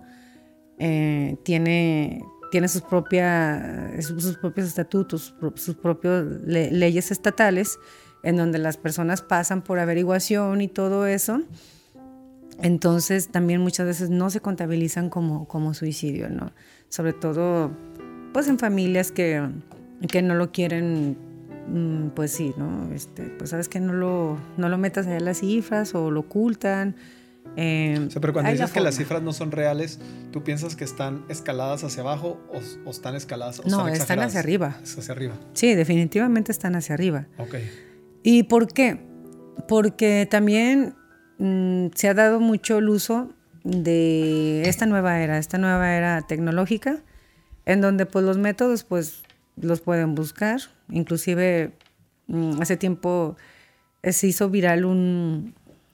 Speaker 3: eh, tiene... tiene sus, propia, sus propios estatutos, sus propias le, leyes estatales, en donde las personas pasan por averiguación y todo eso. Entonces también muchas veces no se contabilizan como, como suicidio, ¿no? Sobre todo pues en familias que, que no lo quieren, pues sí, ¿no? Este, pues sabes que no lo, no lo metas allá en las cifras o lo ocultan. Eh,
Speaker 1: o sea, pero cuando dices que las cifras no son reales, ¿tú piensas que están escaladas hacia abajo o, o están escaladas o
Speaker 3: no,
Speaker 1: están exageradas?
Speaker 3: Están hacia arriba.
Speaker 1: Es hacia arriba.
Speaker 3: Sí, definitivamente están hacia arriba.
Speaker 1: Ok.
Speaker 3: ¿Y por qué? Porque también mmm, se ha dado mucho el uso de esta nueva era, esta nueva era tecnológica, en donde pues los métodos pues los pueden buscar. Inclusive mmm, hace tiempo se hizo viral un...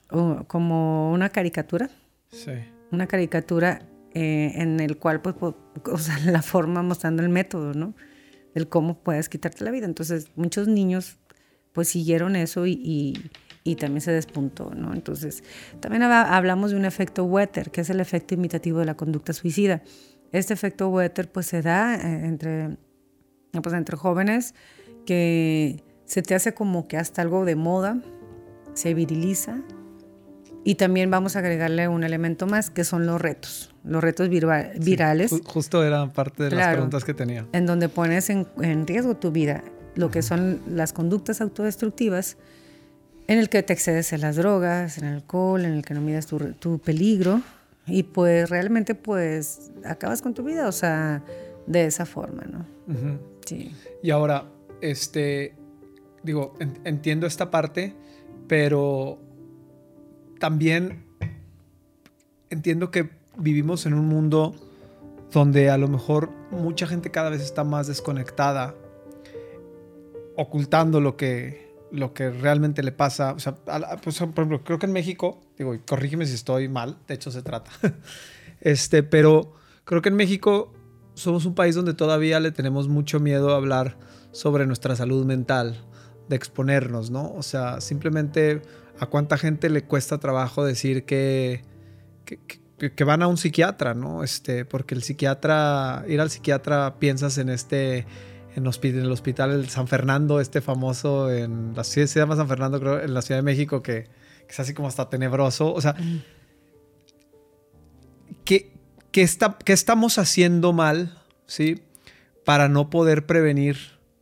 Speaker 3: como una caricatura,
Speaker 1: sí.
Speaker 3: una caricatura eh, en el cual, pues, po, o sea, la forma mostrando el método, ¿no? El cómo puedes quitarte la vida. Entonces, muchos niños, pues, siguieron eso y, y, y también se despuntó, ¿no? Entonces, también hablamos de un efecto Werther, que es el efecto imitativo de la conducta suicida. Este efecto Werther, pues, se da eh, entre, pues, entre jóvenes que se te hace como que hasta algo de moda, se viriliza. Y también vamos a agregarle un elemento más, que son los retos. Los retos virva- virales.
Speaker 1: Sí, justo era parte de claro, las preguntas que tenía.
Speaker 3: En donde pones en, en riesgo tu vida. Lo que son las conductas autodestructivas, en el que te excedes en las drogas, en el alcohol, en el que no midas tu, tu peligro. Y pues realmente pues acabas con tu vida. O sea, de esa forma, ¿no?
Speaker 1: Uh-huh.
Speaker 3: Sí.
Speaker 1: Y ahora, este... Digo, en, entiendo esta parte, pero... También entiendo que vivimos en un mundo donde a lo mejor mucha gente cada vez está más desconectada, ocultando lo que, lo que realmente le pasa. O sea, pues, por ejemplo, creo que en México, digo, corrígeme si estoy mal, de hecho se trata, este, pero creo que en México somos un país donde todavía le tenemos mucho miedo a hablar sobre nuestra salud mental, de exponernos, ¿no? O sea, simplemente... ¿A cuánta gente le cuesta trabajo decir que, que, que, que van a un psiquiatra, ¿no? Este, porque el psiquiatra, ir al psiquiatra, piensas en este, en, en el hospital de San Fernando, este famoso, en la ciudad se llama San Fernando, creo, en la Ciudad de México, que, que es así como hasta tenebroso. O sea, mm. ¿qué, está, ¿qué estamos haciendo mal, ¿sí? Para no poder prevenir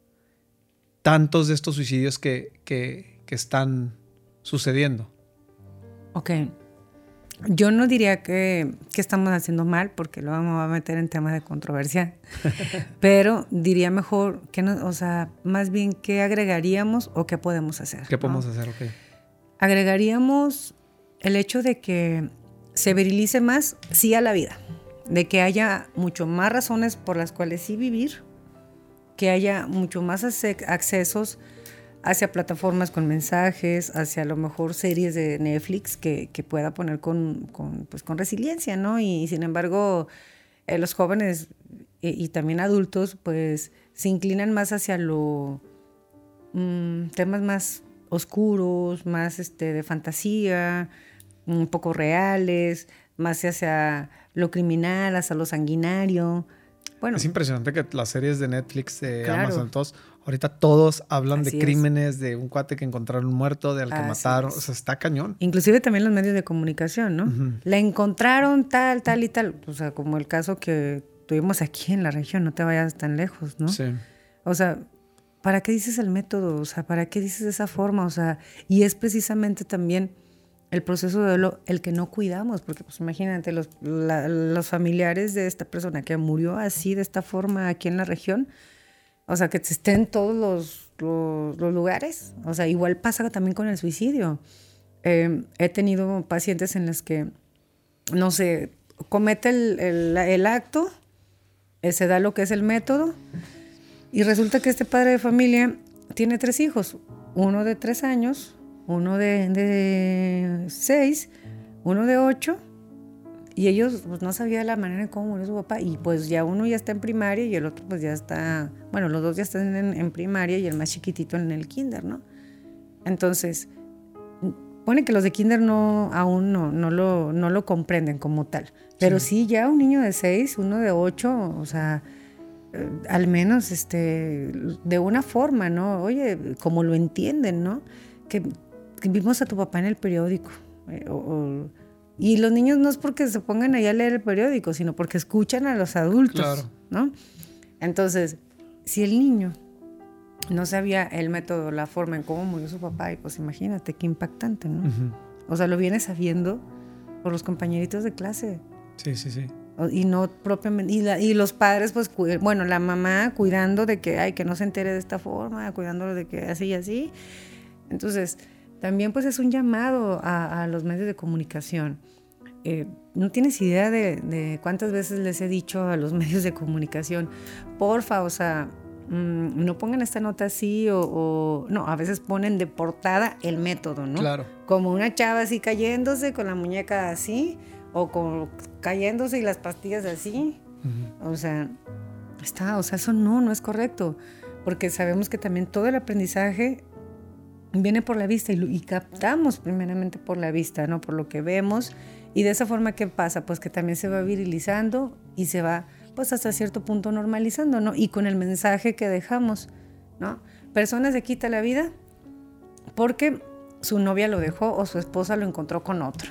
Speaker 1: tantos de estos suicidios que, que, que están sucediendo?
Speaker 3: Ok. Yo no diría que, que estamos haciendo mal, porque lo vamos a meter en temas de controversia, pero diría mejor que no, o sea, más bien qué agregaríamos o qué podemos hacer.
Speaker 1: ¿Qué podemos
Speaker 3: ¿no?
Speaker 1: hacer? Ok.
Speaker 3: Agregaríamos el hecho de que se virilice más, sí, a la vida, de que haya mucho más razones por las cuales sí vivir, que haya mucho más accesos hacia plataformas con mensajes, hacia a lo mejor series de Netflix que, que pueda poner con, con, pues, con resiliencia, ¿no? Y, y sin embargo, eh, los jóvenes y, y también adultos, pues, se inclinan más hacia lo mmm, temas más oscuros, más este, de fantasía, un poco reales, más hacia lo criminal, hacia lo sanguinario. Bueno,
Speaker 1: es impresionante que las series de Netflix, de
Speaker 3: claro.
Speaker 1: Amazon, todos, ahorita todos hablan
Speaker 3: Así
Speaker 1: de crímenes, es. de un cuate que encontraron muerto, de al que Así mataron. Es. O sea, está cañón.
Speaker 3: Inclusive también los medios de comunicación, ¿no? Uh-huh. La encontraron tal, tal y tal. O sea, como el caso que tuvimos aquí en la región, no te vayas tan lejos, ¿no?
Speaker 1: Sí.
Speaker 3: O sea, ¿para qué dices el método? O sea, ¿para qué dices de esa forma? O sea, y es precisamente también el proceso de lo, el que no cuidamos, porque pues imagínate los, la, los familiares de esta persona que murió así, de esta forma aquí en la región, o sea, que estén en todos los, los, los lugares. O sea, igual pasa también con el suicidio. Eh, he tenido pacientes en las que, no sé, comete el, el, el acto, eh, se da lo que es el método, y resulta que este padre de familia tiene tres hijos, uno de tres años, uno de, de seis, uno de ocho, y ellos pues no sabían la manera en cómo murió su papá, y pues ya uno ya está en primaria y el otro pues ya está, bueno, los dos ya están en, en primaria y el más chiquitito en el kinder, ¿no? Entonces, pone que los de kinder no, aún no, no, lo, no lo comprenden como tal, pero sí. sí ya un niño de seis, uno de ocho, o sea, eh, al menos este, de una forma, ¿no? Oye, como lo entienden, ¿no? Que que vimos a tu papá en el periódico. Eh, o, o, y los niños no es porque se pongan allá a leer el periódico, sino porque escuchan a los adultos, claro. ¿no? Entonces, si el niño no sabía el método, la forma en cómo murió su papá, y pues imagínate qué impactante, ¿no? Uh-huh. O sea, lo viene sabiendo por los compañeritos de clase.
Speaker 1: Sí, sí, sí.
Speaker 3: Y no propiamente, y, la, y los padres, pues, cu- bueno, la mamá cuidando de que, ay, que no se entere de esta forma, cuidándolo de que así y así. Entonces, también pues es un llamado a, a los medios de comunicación. Eh, no tienes idea de, de cuántas veces les he dicho a los medios de comunicación, porfa, o sea, mmm, no pongan esta nota así o, o... No, a veces ponen de portada el método, ¿no?
Speaker 1: Claro.
Speaker 3: Como una chava así cayéndose con la muñeca así, o con, cayéndose y las pastillas así. Uh-huh. O sea, está, o sea, eso no, no es correcto. Porque sabemos que también todo el aprendizaje viene por la vista y, y captamos primeramente por la vista, ¿no? Por lo que vemos, y de esa forma, ¿qué pasa? Pues que también se va virilizando y se va, pues hasta cierto punto normalizando, ¿no? Y con el mensaje que dejamos, ¿no? Personas se quita la vida porque su novia lo dejó o su esposa lo encontró con otro.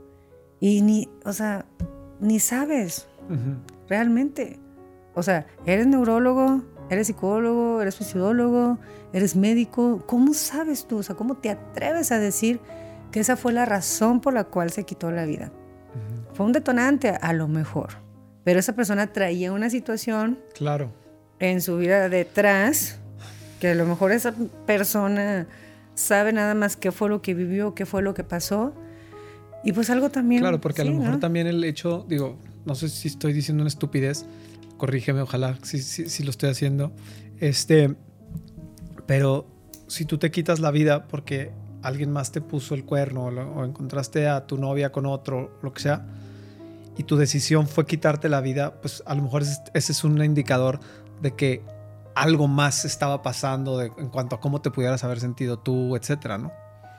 Speaker 3: Y ni, o sea, ni sabes, uh-huh. realmente. O sea, eres neurólogo, eres psicólogo, eres suicidólogo, eres médico. ¿Cómo sabes tú? O sea, ¿cómo te atreves a decir que esa fue la razón por la cual se quitó la vida? Uh-huh. Fue un detonante, a lo mejor. Pero esa persona traía una situación
Speaker 1: claro.
Speaker 3: en su vida detrás, que a lo mejor esa persona sabe nada más qué fue lo que vivió, qué fue lo que pasó. Y pues algo también...
Speaker 1: Claro, porque
Speaker 3: sí,
Speaker 1: a lo mejor
Speaker 3: ¿no?
Speaker 1: también el hecho, digo, no sé si estoy diciendo una estupidez, corrígeme, ojalá, si, si, si lo estoy haciendo. Este, pero si tú te quitas la vida porque alguien más te puso el cuerno o, lo, o encontraste a tu novia con otro, lo que sea, y tu decisión fue quitarte la vida, pues a lo mejor ese, ese es un indicador de que algo más estaba pasando de, en cuanto a cómo te pudieras haber sentido tú, etcétera, ¿no?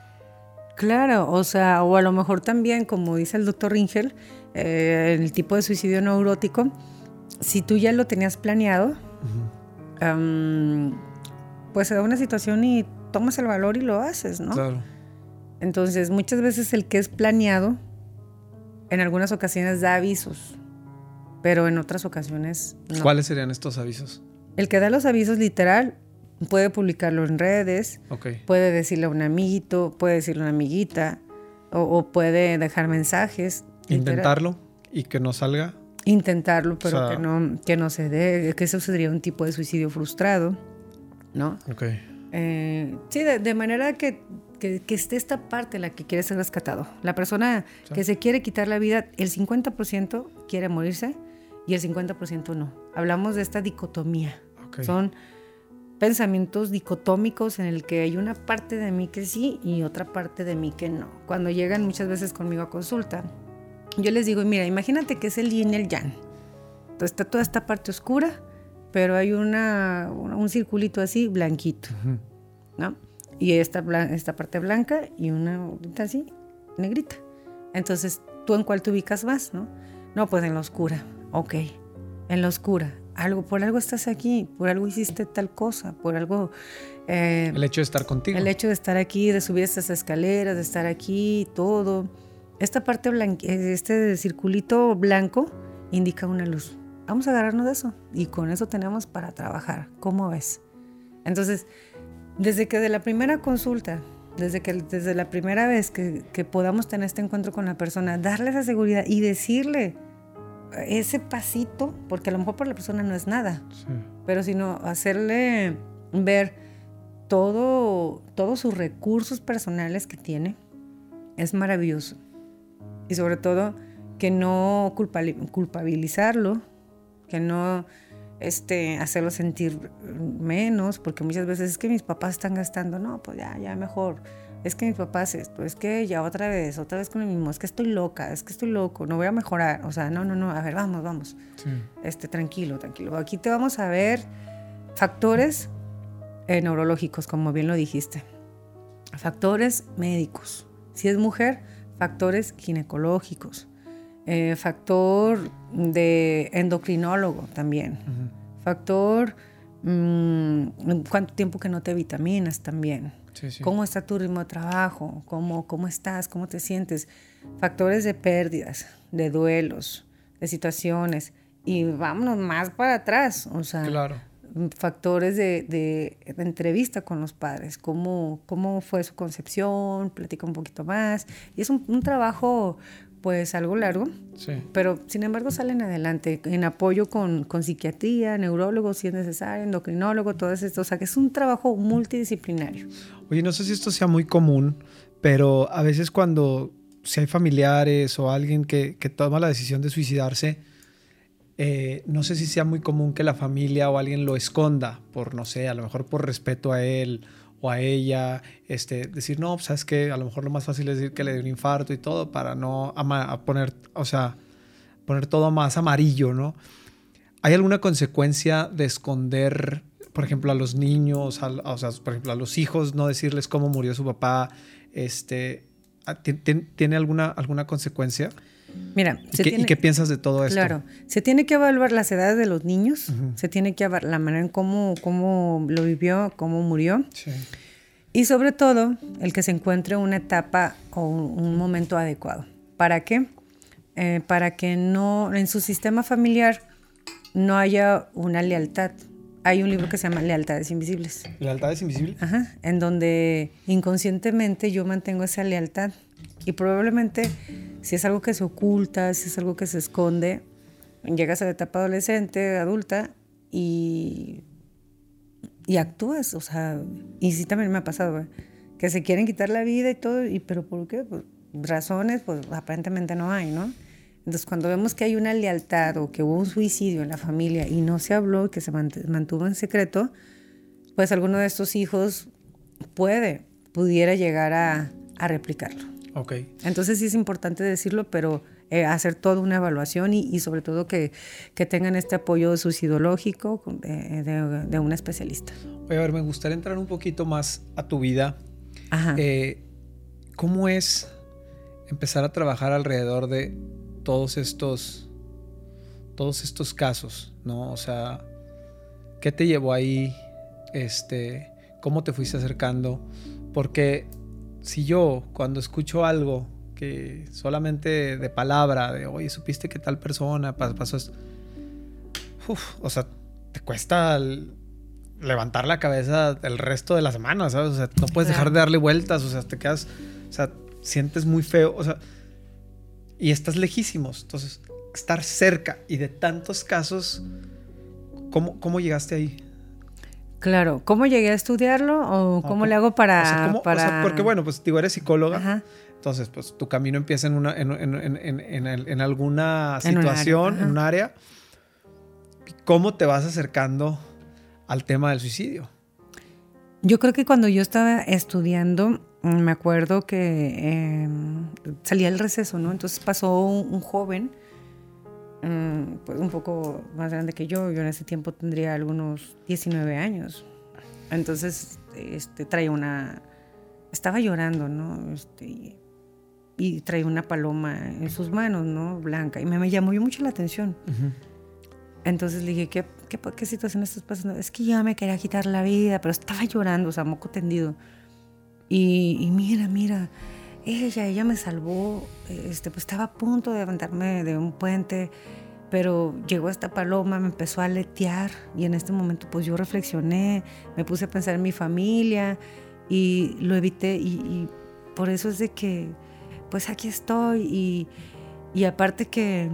Speaker 3: Claro, o sea, o a lo mejor también, como dice el doctor Ringel, eh, el tipo de suicidio neurótico, si tú ya lo tenías planeado, uh-huh. um, pues se da una situación y tomas el valor y lo haces, ¿no?
Speaker 1: Claro.
Speaker 3: Entonces, muchas veces el que es planeado, en algunas ocasiones da avisos, pero en otras ocasiones no.
Speaker 1: ¿Cuáles serían estos avisos?
Speaker 3: El que da los avisos literal puede publicarlo en redes,
Speaker 1: okay.
Speaker 3: puede decirle a un amiguito, puede decirle a una amiguita, o, o puede dejar mensajes.
Speaker 1: Intentarlo
Speaker 3: literal.
Speaker 1: Y que no salga.
Speaker 3: Intentarlo, pero
Speaker 1: o sea,
Speaker 3: que, no, que no se dé, que eso sería un tipo de suicidio frustrado, ¿no?
Speaker 1: Ok.
Speaker 3: Eh, sí, de, de manera que, que, que esté esta parte en la que quiere ser rescatado. La persona sí. que se quiere quitar la vida, el cincuenta por ciento quiere morirse y el cincuenta por ciento no. Hablamos de esta dicotomía. Okay. Son pensamientos dicotómicos en el que hay una parte de mí que sí y otra parte de mí que no. Cuando llegan muchas veces conmigo a consulta, yo les digo, mira, imagínate que es el yin y el yang. Entonces está toda esta parte oscura, pero hay una, una un circulito así blanquito, uh-huh. ¿no? Y esta, esta parte blanca y una así negrita. Entonces, ¿tú en cuál te ubicas más, no? No, pues en la oscura. Ok, en la oscura. Algo, por algo estás aquí, por algo hiciste tal cosa, por algo... Eh,
Speaker 1: el hecho de estar contigo.
Speaker 3: El hecho de estar aquí, de subir estas escaleras, de estar aquí, todo. Esta parte blanca, este circulito blanco indica una luz. Vamos a agarrarnos de eso y con eso tenemos para trabajar. ¿Cómo ves? Entonces, desde que de la primera consulta, desde que desde la primera vez que, que podamos tener este encuentro con la persona, darle esa seguridad y decirle ese pasito, porque a lo mejor para la persona no es nada, sí. pero sino hacerle ver todo, todos sus recursos personales que tiene, es maravilloso. Y sobre todo, que no culpabilizarlo, que no este, hacerlo sentir menos, porque muchas veces es que mis papás están gastando, no, pues ya, ya mejor. Es que mis papás esto, es que ya otra vez, otra vez con el mismo, es que estoy loca, es que estoy loco, no voy a mejorar. O sea, no, no, no, a ver, vamos, vamos. Sí. Este, tranquilo, tranquilo. Aquí te vamos a ver factores eh, neurológicos, como bien lo dijiste. Factores médicos. Si es mujer, factores ginecológicos. Eh, factor de endocrinólogo también. Uh-huh. Factor, mmm, cuánto tiempo que no te vitaminas también. Sí, sí. ¿Cómo está tu ritmo de trabajo? ¿Cómo, ¿Cómo estás? ¿Cómo te sientes? Factores de pérdidas, de duelos, de situaciones. Y vámonos más para atrás. O sea,
Speaker 1: claro.
Speaker 3: factores de, de, de entrevista con los padres. ¿Cómo, cómo fue su concepción? Platica un poquito más. Y es un, un trabajo, pues, algo largo. Sí. Pero, sin embargo, salen adelante en apoyo con, con psiquiatría, neurólogo, si es necesario, endocrinólogo, todo esto. O sea, que es un trabajo multidisciplinario.
Speaker 1: Oye, no sé si esto sea muy común, pero a veces cuando si hay familiares o alguien que, que toma la decisión de suicidarse, eh, no sé si sea muy común que la familia o alguien lo esconda por, no sé, a lo mejor por respeto a él o a ella, este, decir, no, pues, ¿sabes qué? A lo mejor lo más fácil es decir que le dio un infarto y todo para no ama- a poner, o sea, poner todo más amarillo, ¿no? ¿Hay alguna consecuencia de esconder, por ejemplo, a los niños, a, o sea, por ejemplo, a los hijos, no decirles cómo murió su papá? Este, ¿Tiene alguna, alguna consecuencia?
Speaker 3: Mira,
Speaker 1: ¿Y, qué, tiene, ¿Y qué piensas de todo esto?
Speaker 3: Claro, se tiene que evaluar las edades de los niños, uh-huh. se tiene que evaluar la manera en cómo, cómo lo vivió, cómo murió. Sí. Y sobre todo, el que se encuentre una etapa o un, un momento adecuado. ¿Para qué? Eh, para que no, en su sistema familiar no haya una lealtad. Hay un libro que se llama Lealtades Invisibles.
Speaker 1: ¿Lealtades Invisibles?
Speaker 3: Ajá, en donde inconscientemente yo mantengo esa lealtad. Y probablemente, si es algo que se oculta, si es algo que se esconde, llegas a la etapa adolescente, adulta, y, y actúas. O sea, y sí también me ha pasado, ¿eh? Que se quieren quitar la vida y todo, y ¿pero por qué? Pues razones, pues aparentemente no hay, ¿no? Entonces, cuando vemos que hay una lealtad o que hubo un suicidio en la familia y no se habló, que se mantuvo en secreto, pues alguno de estos hijos puede, pudiera llegar a, a replicarlo.
Speaker 1: Okay.
Speaker 3: Entonces sí es importante decirlo, pero eh, hacer toda una evaluación y, y sobre todo que, que tengan este apoyo suicidológico de, de, de un especialista.
Speaker 1: Oye, a ver, me gustaría entrar un poquito más a tu vida.
Speaker 3: Ajá.
Speaker 1: Eh, ¿Cómo es empezar a trabajar alrededor de todos estos, todos estos casos, ¿no? O sea, ¿qué te llevó ahí? Este, ¿cómo te fuiste acercando? Porque si yo, cuando escucho algo que solamente de palabra, de, oye, supiste que tal persona pasó esto. Uf, o sea, te cuesta el levantar la cabeza el resto de la semana, ¿sabes? O sea, no puedes dejar de darle vueltas, o sea, te quedas, o sea, sientes muy feo, o sea, y estás lejísimos. Entonces, estar cerca y de tantos casos, ¿cómo, cómo llegaste ahí?
Speaker 3: Claro, ¿cómo llegué a estudiarlo o cómo, ¿cómo le hago para...?
Speaker 1: O sea, ¿cómo,
Speaker 3: para...
Speaker 1: O sea, porque bueno, pues digo, eres psicóloga.
Speaker 3: Ajá.
Speaker 1: Entonces, pues tu camino empieza en una, en, en, en, en, en, en alguna situación, en un área. ¿Cómo te vas acercando al tema del suicidio?
Speaker 3: Yo creo que cuando yo estaba estudiando, me acuerdo que eh, salía el receso, ¿no? Entonces pasó un, un joven, um, pues un poco más grande que yo. Yo en ese tiempo tendría algunos diecinueve años. Entonces, este, traía una... Estaba llorando, ¿no? Este, y, y traía una paloma en sus manos, ¿no? Blanca. Y me, me llamó mucho la atención. Uh-huh. Entonces le dije, ¿qué, qué, qué situación estás pasando? Es que ya me quería quitar la vida, pero estaba llorando, o sea, moco tendido. Y, y mira, mira, ella, ella me salvó. Este, pues estaba a punto de levantarme de un puente, pero llegó esta paloma, me empezó a aletear. Y en este momento, pues yo reflexioné, me puse a pensar en mi familia y lo evité. Y, y por eso es de que, pues aquí estoy. Y, y aparte que,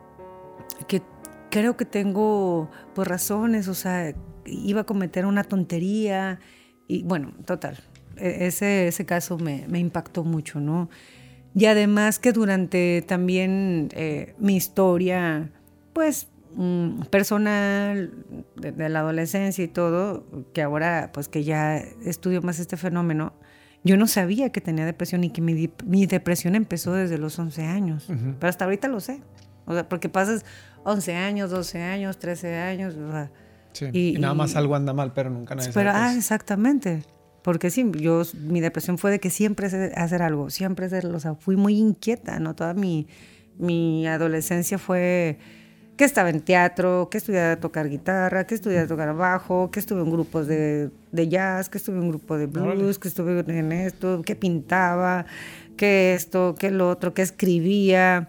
Speaker 3: que creo que tengo pues razones, o sea, iba a cometer una tontería y bueno, total, ese, ese caso me, me impactó mucho, ¿no? Y además que durante también eh, mi historia, pues mm, personal, de, de la adolescencia y todo, que ahora pues que ya estudio más este fenómeno, yo no sabía que tenía depresión y que mi, mi depresión empezó desde los once años, uh-huh. Pero hasta ahorita lo sé, o sea, porque pasas once años, doce años, trece años, o sea,
Speaker 1: sí, y, y nada más y, algo anda mal, pero nunca nadie
Speaker 3: pero,
Speaker 1: sabe.
Speaker 3: Ah, exactamente. Porque sí, yo, mi depresión fue de que siempre hacer algo, siempre hacer, o sea, fui muy inquieta, ¿no? Toda mi, mi adolescencia fue que estaba en teatro, que estudiaba a tocar guitarra, que estudiaba a tocar bajo, que estuve en grupos de, de jazz, que estuve en un grupo de blues, vale. Que estuve en esto, que pintaba, que esto, que lo otro, que escribía,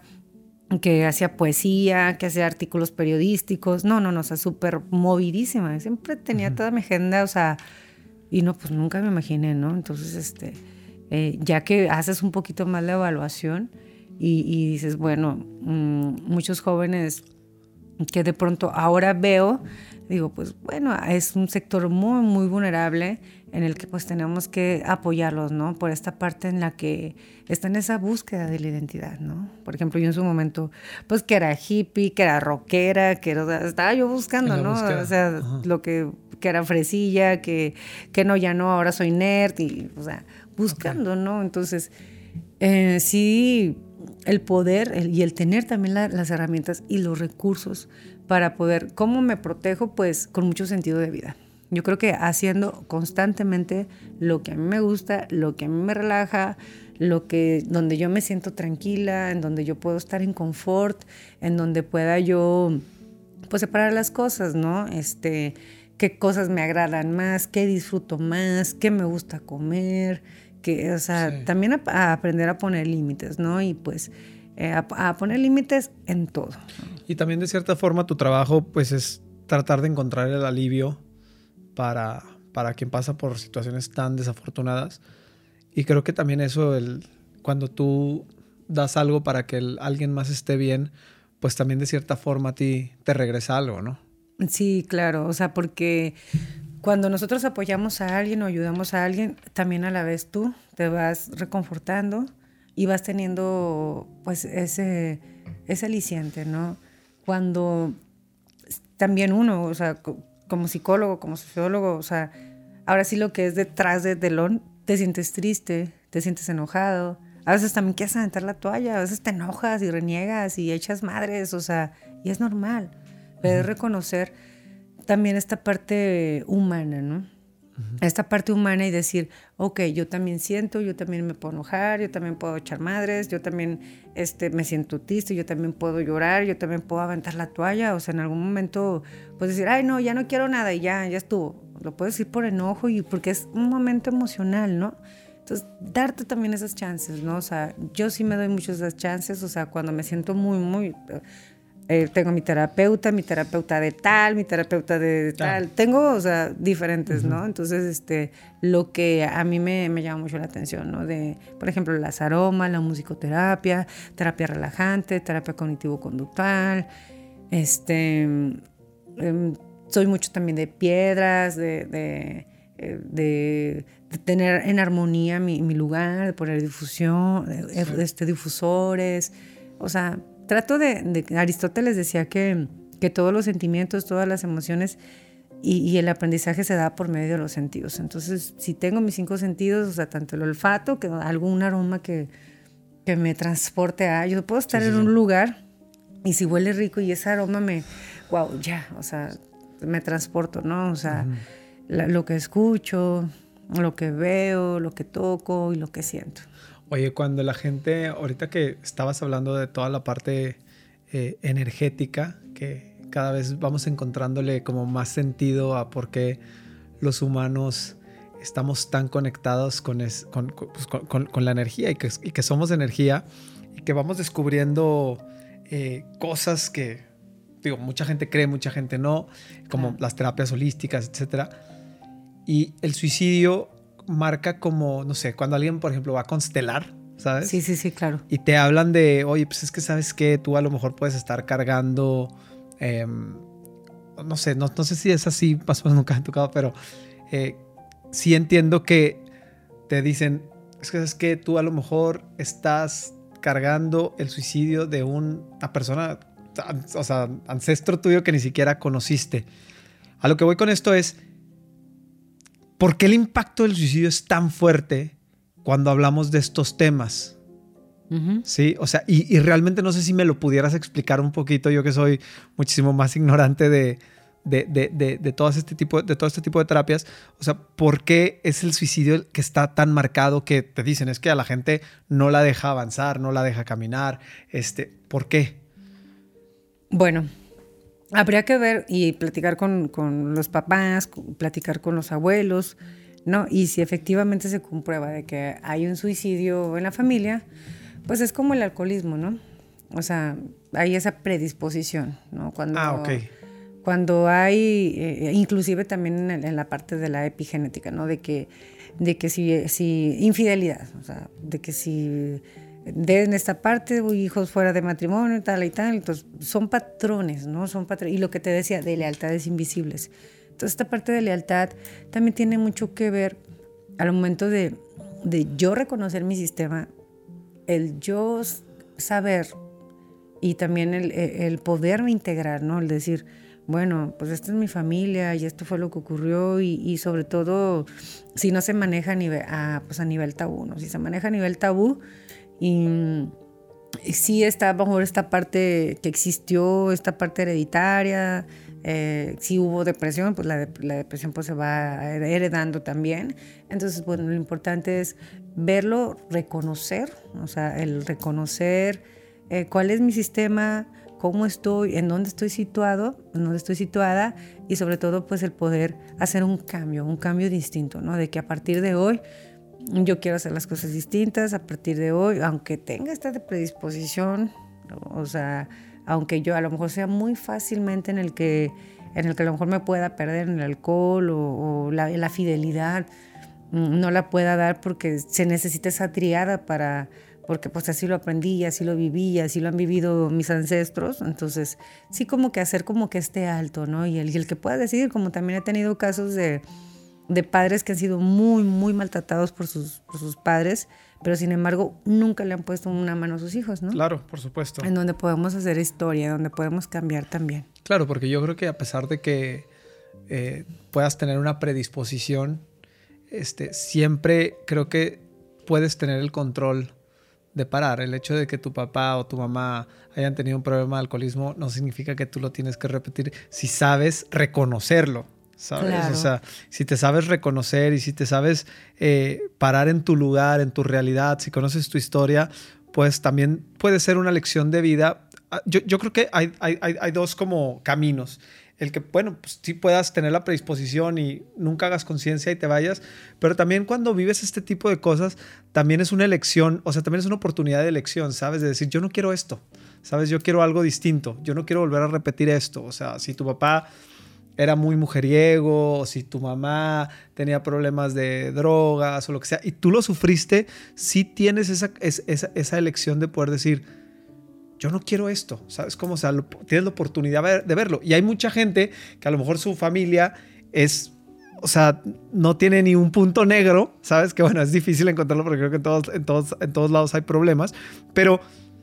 Speaker 3: que hacía poesía, que hacía artículos periodísticos. No, no, no, o sea, súper movidísima. Siempre tenía uh-huh. toda mi agenda, o sea, y no, pues nunca me imaginé, ¿no? Entonces, este, eh, ya que haces un poquito más la evaluación y, y dices, bueno, mmm, muchos jóvenes que de pronto ahora veo, digo, pues bueno, es un sector muy, muy vulnerable en el que pues tenemos que apoyarlos, ¿no? Por esta parte en la que está en esa búsqueda de la identidad, ¿no? Por ejemplo, yo en su momento, pues que era hippie, que era rockera, que era, estaba yo buscando, ¿no? Búsqueda. O sea, ajá. Lo que, que era fresilla, que, que no, ya no, ahora soy nerd, y, o sea, buscando, okay. ¿no? Entonces, eh, sí, el poder el, y el tener también la, las herramientas y los recursos para poder, ¿cómo me protejo? Pues con mucho sentido de vida. Yo creo que haciendo constantemente lo que a mí me gusta, lo que a mí me relaja, lo que, donde yo me siento tranquila, en donde yo puedo estar en confort, en donde pueda yo pues separar las cosas, ¿no? Este, qué cosas me agradan más, qué disfruto más, qué me gusta comer, que, o sea, sí. También a, a aprender a poner límites, ¿no? Y pues eh, a, a poner límites en todo.
Speaker 1: Y también de cierta forma tu trabajo pues es tratar de encontrar el alivio para, para quien pasa por situaciones tan desafortunadas. Y creo que también eso, el, cuando tú das algo para que el, alguien más esté bien, pues también de cierta forma a ti te regresa algo, ¿no?
Speaker 3: Sí, claro, o sea, porque cuando nosotros apoyamos a alguien o ayudamos a alguien, también a la vez tú te vas reconfortando y vas teniendo pues ese, ese aliciente, ¿no? Cuando también uno, o sea, como psicólogo, como sociólogo, o sea, ahora sí lo que es detrás de telón, te sientes triste, te sientes enojado, a veces también quieres aventar la toalla, a veces te enojas y reniegas y echas madres, o sea, y es normal, pero es reconocer también esta parte humana, ¿no? Uh-huh. Esta parte humana y decir, ok, yo también siento, yo también me puedo enojar, yo también puedo echar madres, yo también este, me siento triste, yo también puedo llorar, yo también puedo aventar la toalla, o sea, en algún momento puedes decir, ay, no, ya no quiero nada y ya, ya estuvo. Lo puedes decir por enojo y porque es un momento emocional, ¿no? Entonces, darte también esas chances, ¿no? O sea, yo sí me doy muchas esas chances, o sea, cuando me siento muy, muy... Eh, tengo mi terapeuta, mi terapeuta de tal, mi terapeuta de tal. Ah. Tengo, o sea, diferentes, uh-huh. ¿no? Entonces, este, lo que a mí me, me llama mucho la atención, ¿no? De, por ejemplo, las aromas, la musicoterapia, terapia relajante, terapia cognitivo-conductual. Este, eh, soy mucho también de piedras, de, de, de, de, de tener en armonía mi, mi lugar, de poner difusión, sí. este, difusores, o sea... Trato de, de... Aristóteles decía que, que todos los sentimientos, todas las emociones y, y el aprendizaje se da por medio de los sentidos. Entonces, si tengo mis cinco sentidos, o sea, tanto el olfato, que algún aroma que, que me transporte a... Yo puedo estar sí, en sí, un sí. lugar y si huele rico y ese aroma me... Wow, ya, o sea, me transporto, ¿no? O sea, uh-huh. la, lo que escucho, lo que veo, lo que toco y lo que siento.
Speaker 1: Oye, cuando la gente, ahorita que estabas hablando de toda la parte eh, energética, que cada vez vamos encontrándole como más sentido a por qué los humanos estamos tan conectados con, es, con, pues, con, con, con la energía y que, y que somos energía y que vamos descubriendo eh, cosas que, digo, mucha gente cree, mucha gente no, como ah. las terapias holísticas, etcétera. Y el suicidio marca como, no sé, cuando alguien, por ejemplo, va a constelar, ¿sabes?
Speaker 3: Sí, sí, sí, claro.
Speaker 1: Y te hablan de, oye, pues es que sabes que tú a lo mejor puedes estar cargando, eh, no sé, no, no sé si es así, más o menos nunca he tocado, pero eh, sí entiendo que te dicen, es que sabes que tú a lo mejor estás cargando el suicidio de un, una persona, o sea, ancestro tuyo que ni siquiera conociste. A lo que voy con esto es, ¿por qué el impacto del suicidio es tan fuerte cuando hablamos de estos temas? Uh-huh. Sí, o sea, y, y realmente no sé si me lo pudieras explicar un poquito, yo que soy muchísimo más ignorante de, de, de, de, de, todo este tipo, de todo este tipo de terapias. O sea, ¿por qué es el suicidio el que está tan marcado que te dicen es que a la gente no la deja avanzar, no la deja caminar? Este, ¿por qué?
Speaker 3: Bueno, habría que ver y platicar con, con los papás, platicar con los abuelos, ¿no? Y si efectivamente se comprueba de que hay un suicidio en la familia, pues es como el alcoholismo, ¿no? O sea, hay esa predisposición, ¿no? Cuando,
Speaker 1: ah, ok.
Speaker 3: Cuando hay, eh, inclusive también en, en la parte de la epigenética, ¿no? De que, de que si, si infidelidad, o sea, de que si... de en esta parte, hijos fuera de matrimonio, tal y tal. Entonces, son patrones, ¿no? Son patrones. Y lo que te decía, de lealtades invisibles. Entonces, esta parte de lealtad también tiene mucho que ver al momento de, de yo reconocer mi sistema, el yo saber y también el, el poderme integrar, ¿no? El decir, bueno, pues esta es mi familia y esto fue lo que ocurrió y, y sobre todo, si no se maneja a nivel, a, pues a nivel tabú, ¿no? Si se maneja a nivel tabú, y, y sí está a lo mejor esta parte que existió, esta parte hereditaria, eh, si hubo depresión, pues la, de, la depresión pues se va heredando también. Entonces, bueno, lo importante es verlo, reconocer, o sea, el reconocer eh, cuál es mi sistema, cómo estoy, en dónde estoy situado, en dónde estoy situada y sobre todo pues el poder hacer un cambio, un cambio distinto, ¿no? De que a partir de hoy yo quiero hacer las cosas distintas, a partir de hoy, aunque tenga esta predisposición, o sea, aunque yo a lo mejor sea muy fácilmente en el que, en el que a lo mejor me pueda perder en el alcohol o, o la, la fidelidad, no la pueda dar porque se necesita esa triada para, porque pues así lo aprendí, así lo viví, así lo han vivido mis ancestros. Entonces sí, como que hacer como que esté alto, ¿no? Y el, y el que pueda decidir, como también he tenido casos de, de padres que han sido muy, muy maltratados por sus, por sus padres, pero sin embargo nunca le han puesto una mano a sus hijos, ¿no?
Speaker 1: Claro, por supuesto.
Speaker 3: En donde podemos hacer historia, donde podemos cambiar también.
Speaker 1: Claro, porque yo creo que a pesar de que eh, puedas tener una predisposición, este, siempre creo que puedes tener el control de parar. El hecho de que tu papá o tu mamá hayan tenido un problema de alcoholismo no significa que tú lo tienes que repetir si sabes reconocerlo, ¿sabes? Claro. O sea, si te sabes reconocer y si te sabes eh, parar en tu lugar, en tu realidad, si conoces tu historia, pues también puede ser una lección de vida yo, yo creo que hay, hay, hay dos como caminos. El que, bueno, pues sí puedas tener la predisposición y nunca hagas conciencia y te vayas, pero también cuando vives este tipo de cosas, también es una elección, o sea, también es una oportunidad de elección, ¿sabes? De decir, yo no quiero esto, ¿sabes? Yo quiero algo distinto, yo no quiero volver a repetir esto. O sea, si tu papá era muy mujeriego, o si tu mamá tenía problemas de drogas o lo que sea, y tú lo sufriste, sí tienes esa, esa, esa elección de poder decir, yo no quiero esto, ¿sabes? Como, o sea, lo, tienes la oportunidad de verlo. Y hay mucha gente que a lo mejor su familia es, o sea, no tiene ni un punto negro, ¿sabes? Que bueno, es difícil encontrarlo porque creo que en todos, en todos, en todos lados hay problemas, pero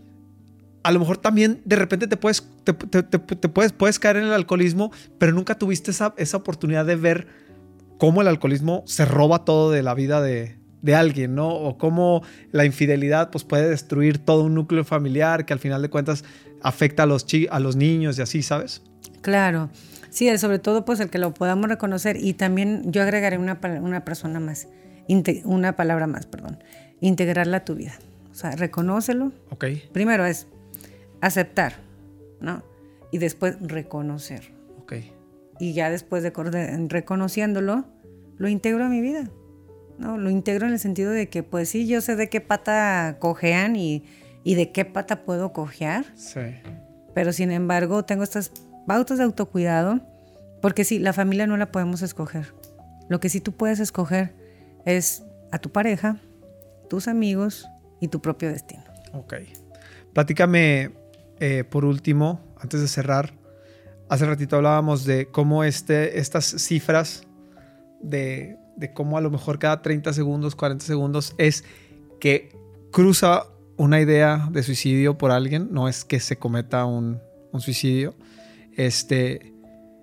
Speaker 1: a lo mejor también de repente te puedes, te, te, te, te puedes, puedes caer en el alcoholismo, pero nunca tuviste esa, esa oportunidad de ver cómo el alcoholismo se roba todo de la vida de, de alguien, ¿no? O cómo la infidelidad pues, puede destruir todo un núcleo familiar que al final de cuentas afecta a los, chi- a los niños y así, ¿sabes?
Speaker 3: Claro. Sí, sobre todo pues el que lo podamos reconocer. Y también yo agregaré una, una persona más, inte- una palabra más, perdón. Integrarla a tu vida. O sea, reconócelo.
Speaker 1: Ok.
Speaker 3: Primero es aceptar, ¿no? Y después reconocer.
Speaker 1: Ok.
Speaker 3: Y ya después de, de reconociéndolo, lo integro a mi vida. No, lo integro en el sentido de que, pues sí, yo sé de qué pata cojean y, y de qué pata puedo cojear.
Speaker 1: Sí.
Speaker 3: Pero sin embargo, tengo estas pautas de autocuidado, porque sí, la familia no la podemos escoger. Lo que sí tú puedes escoger es a tu pareja, tus amigos y tu propio destino.
Speaker 1: Ok. Platícame, eh, por último, antes de cerrar, hace ratito hablábamos de cómo este, estas cifras de... de cómo a lo mejor cada treinta segundos, cuarenta segundos es que cruza una idea de suicidio por alguien, no es que se cometa un, un suicidio. Este,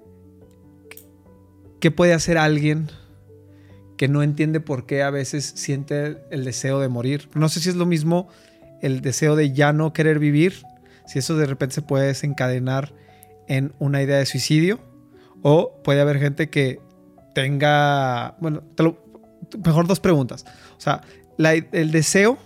Speaker 1: ¿qué puede hacer alguien que no entiende por qué a veces siente el deseo de morir? No sé si es lo mismo el deseo de ya no querer vivir, si eso de repente se puede desencadenar en una idea de suicidio, o puede haber gente que tenga, bueno, te lo, mejor dos preguntas. O sea, la, el deseo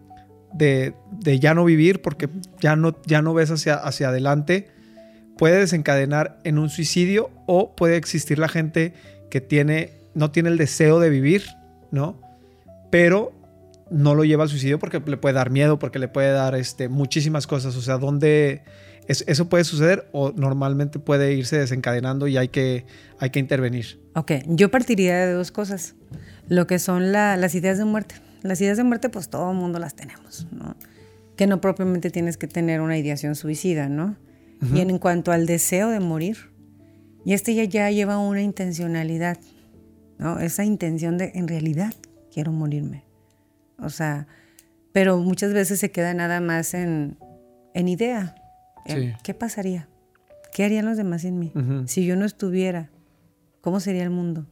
Speaker 1: de, de ya no vivir porque ya no, ya no ves hacia, hacia adelante, puede desencadenar en un suicidio, o puede existir la gente que tiene, no tiene el deseo de vivir, ¿no? Pero no lo lleva al suicidio porque le puede dar miedo, porque le puede dar este, muchísimas cosas. O sea, ¿dónde es, eso puede suceder o normalmente puede irse desencadenando y hay que, hay que intervenir?
Speaker 3: Ok, yo partiría de dos cosas. Lo que son la, las ideas de muerte. Las ideas de muerte, pues todo el mundo las tenemos, ¿no? Que no propiamente tienes que tener una ideación suicida, ¿no? Uh-huh. Y en, en cuanto al deseo de morir, y este ya, ya lleva una intencionalidad, ¿no? Esa intención de, en realidad, quiero morirme. O sea, pero muchas veces se queda nada más en, en idea. En, sí. ¿Qué pasaría? ¿Qué harían los demás sin mí? Uh-huh. Si yo no estuviera, ¿cómo sería el mundo?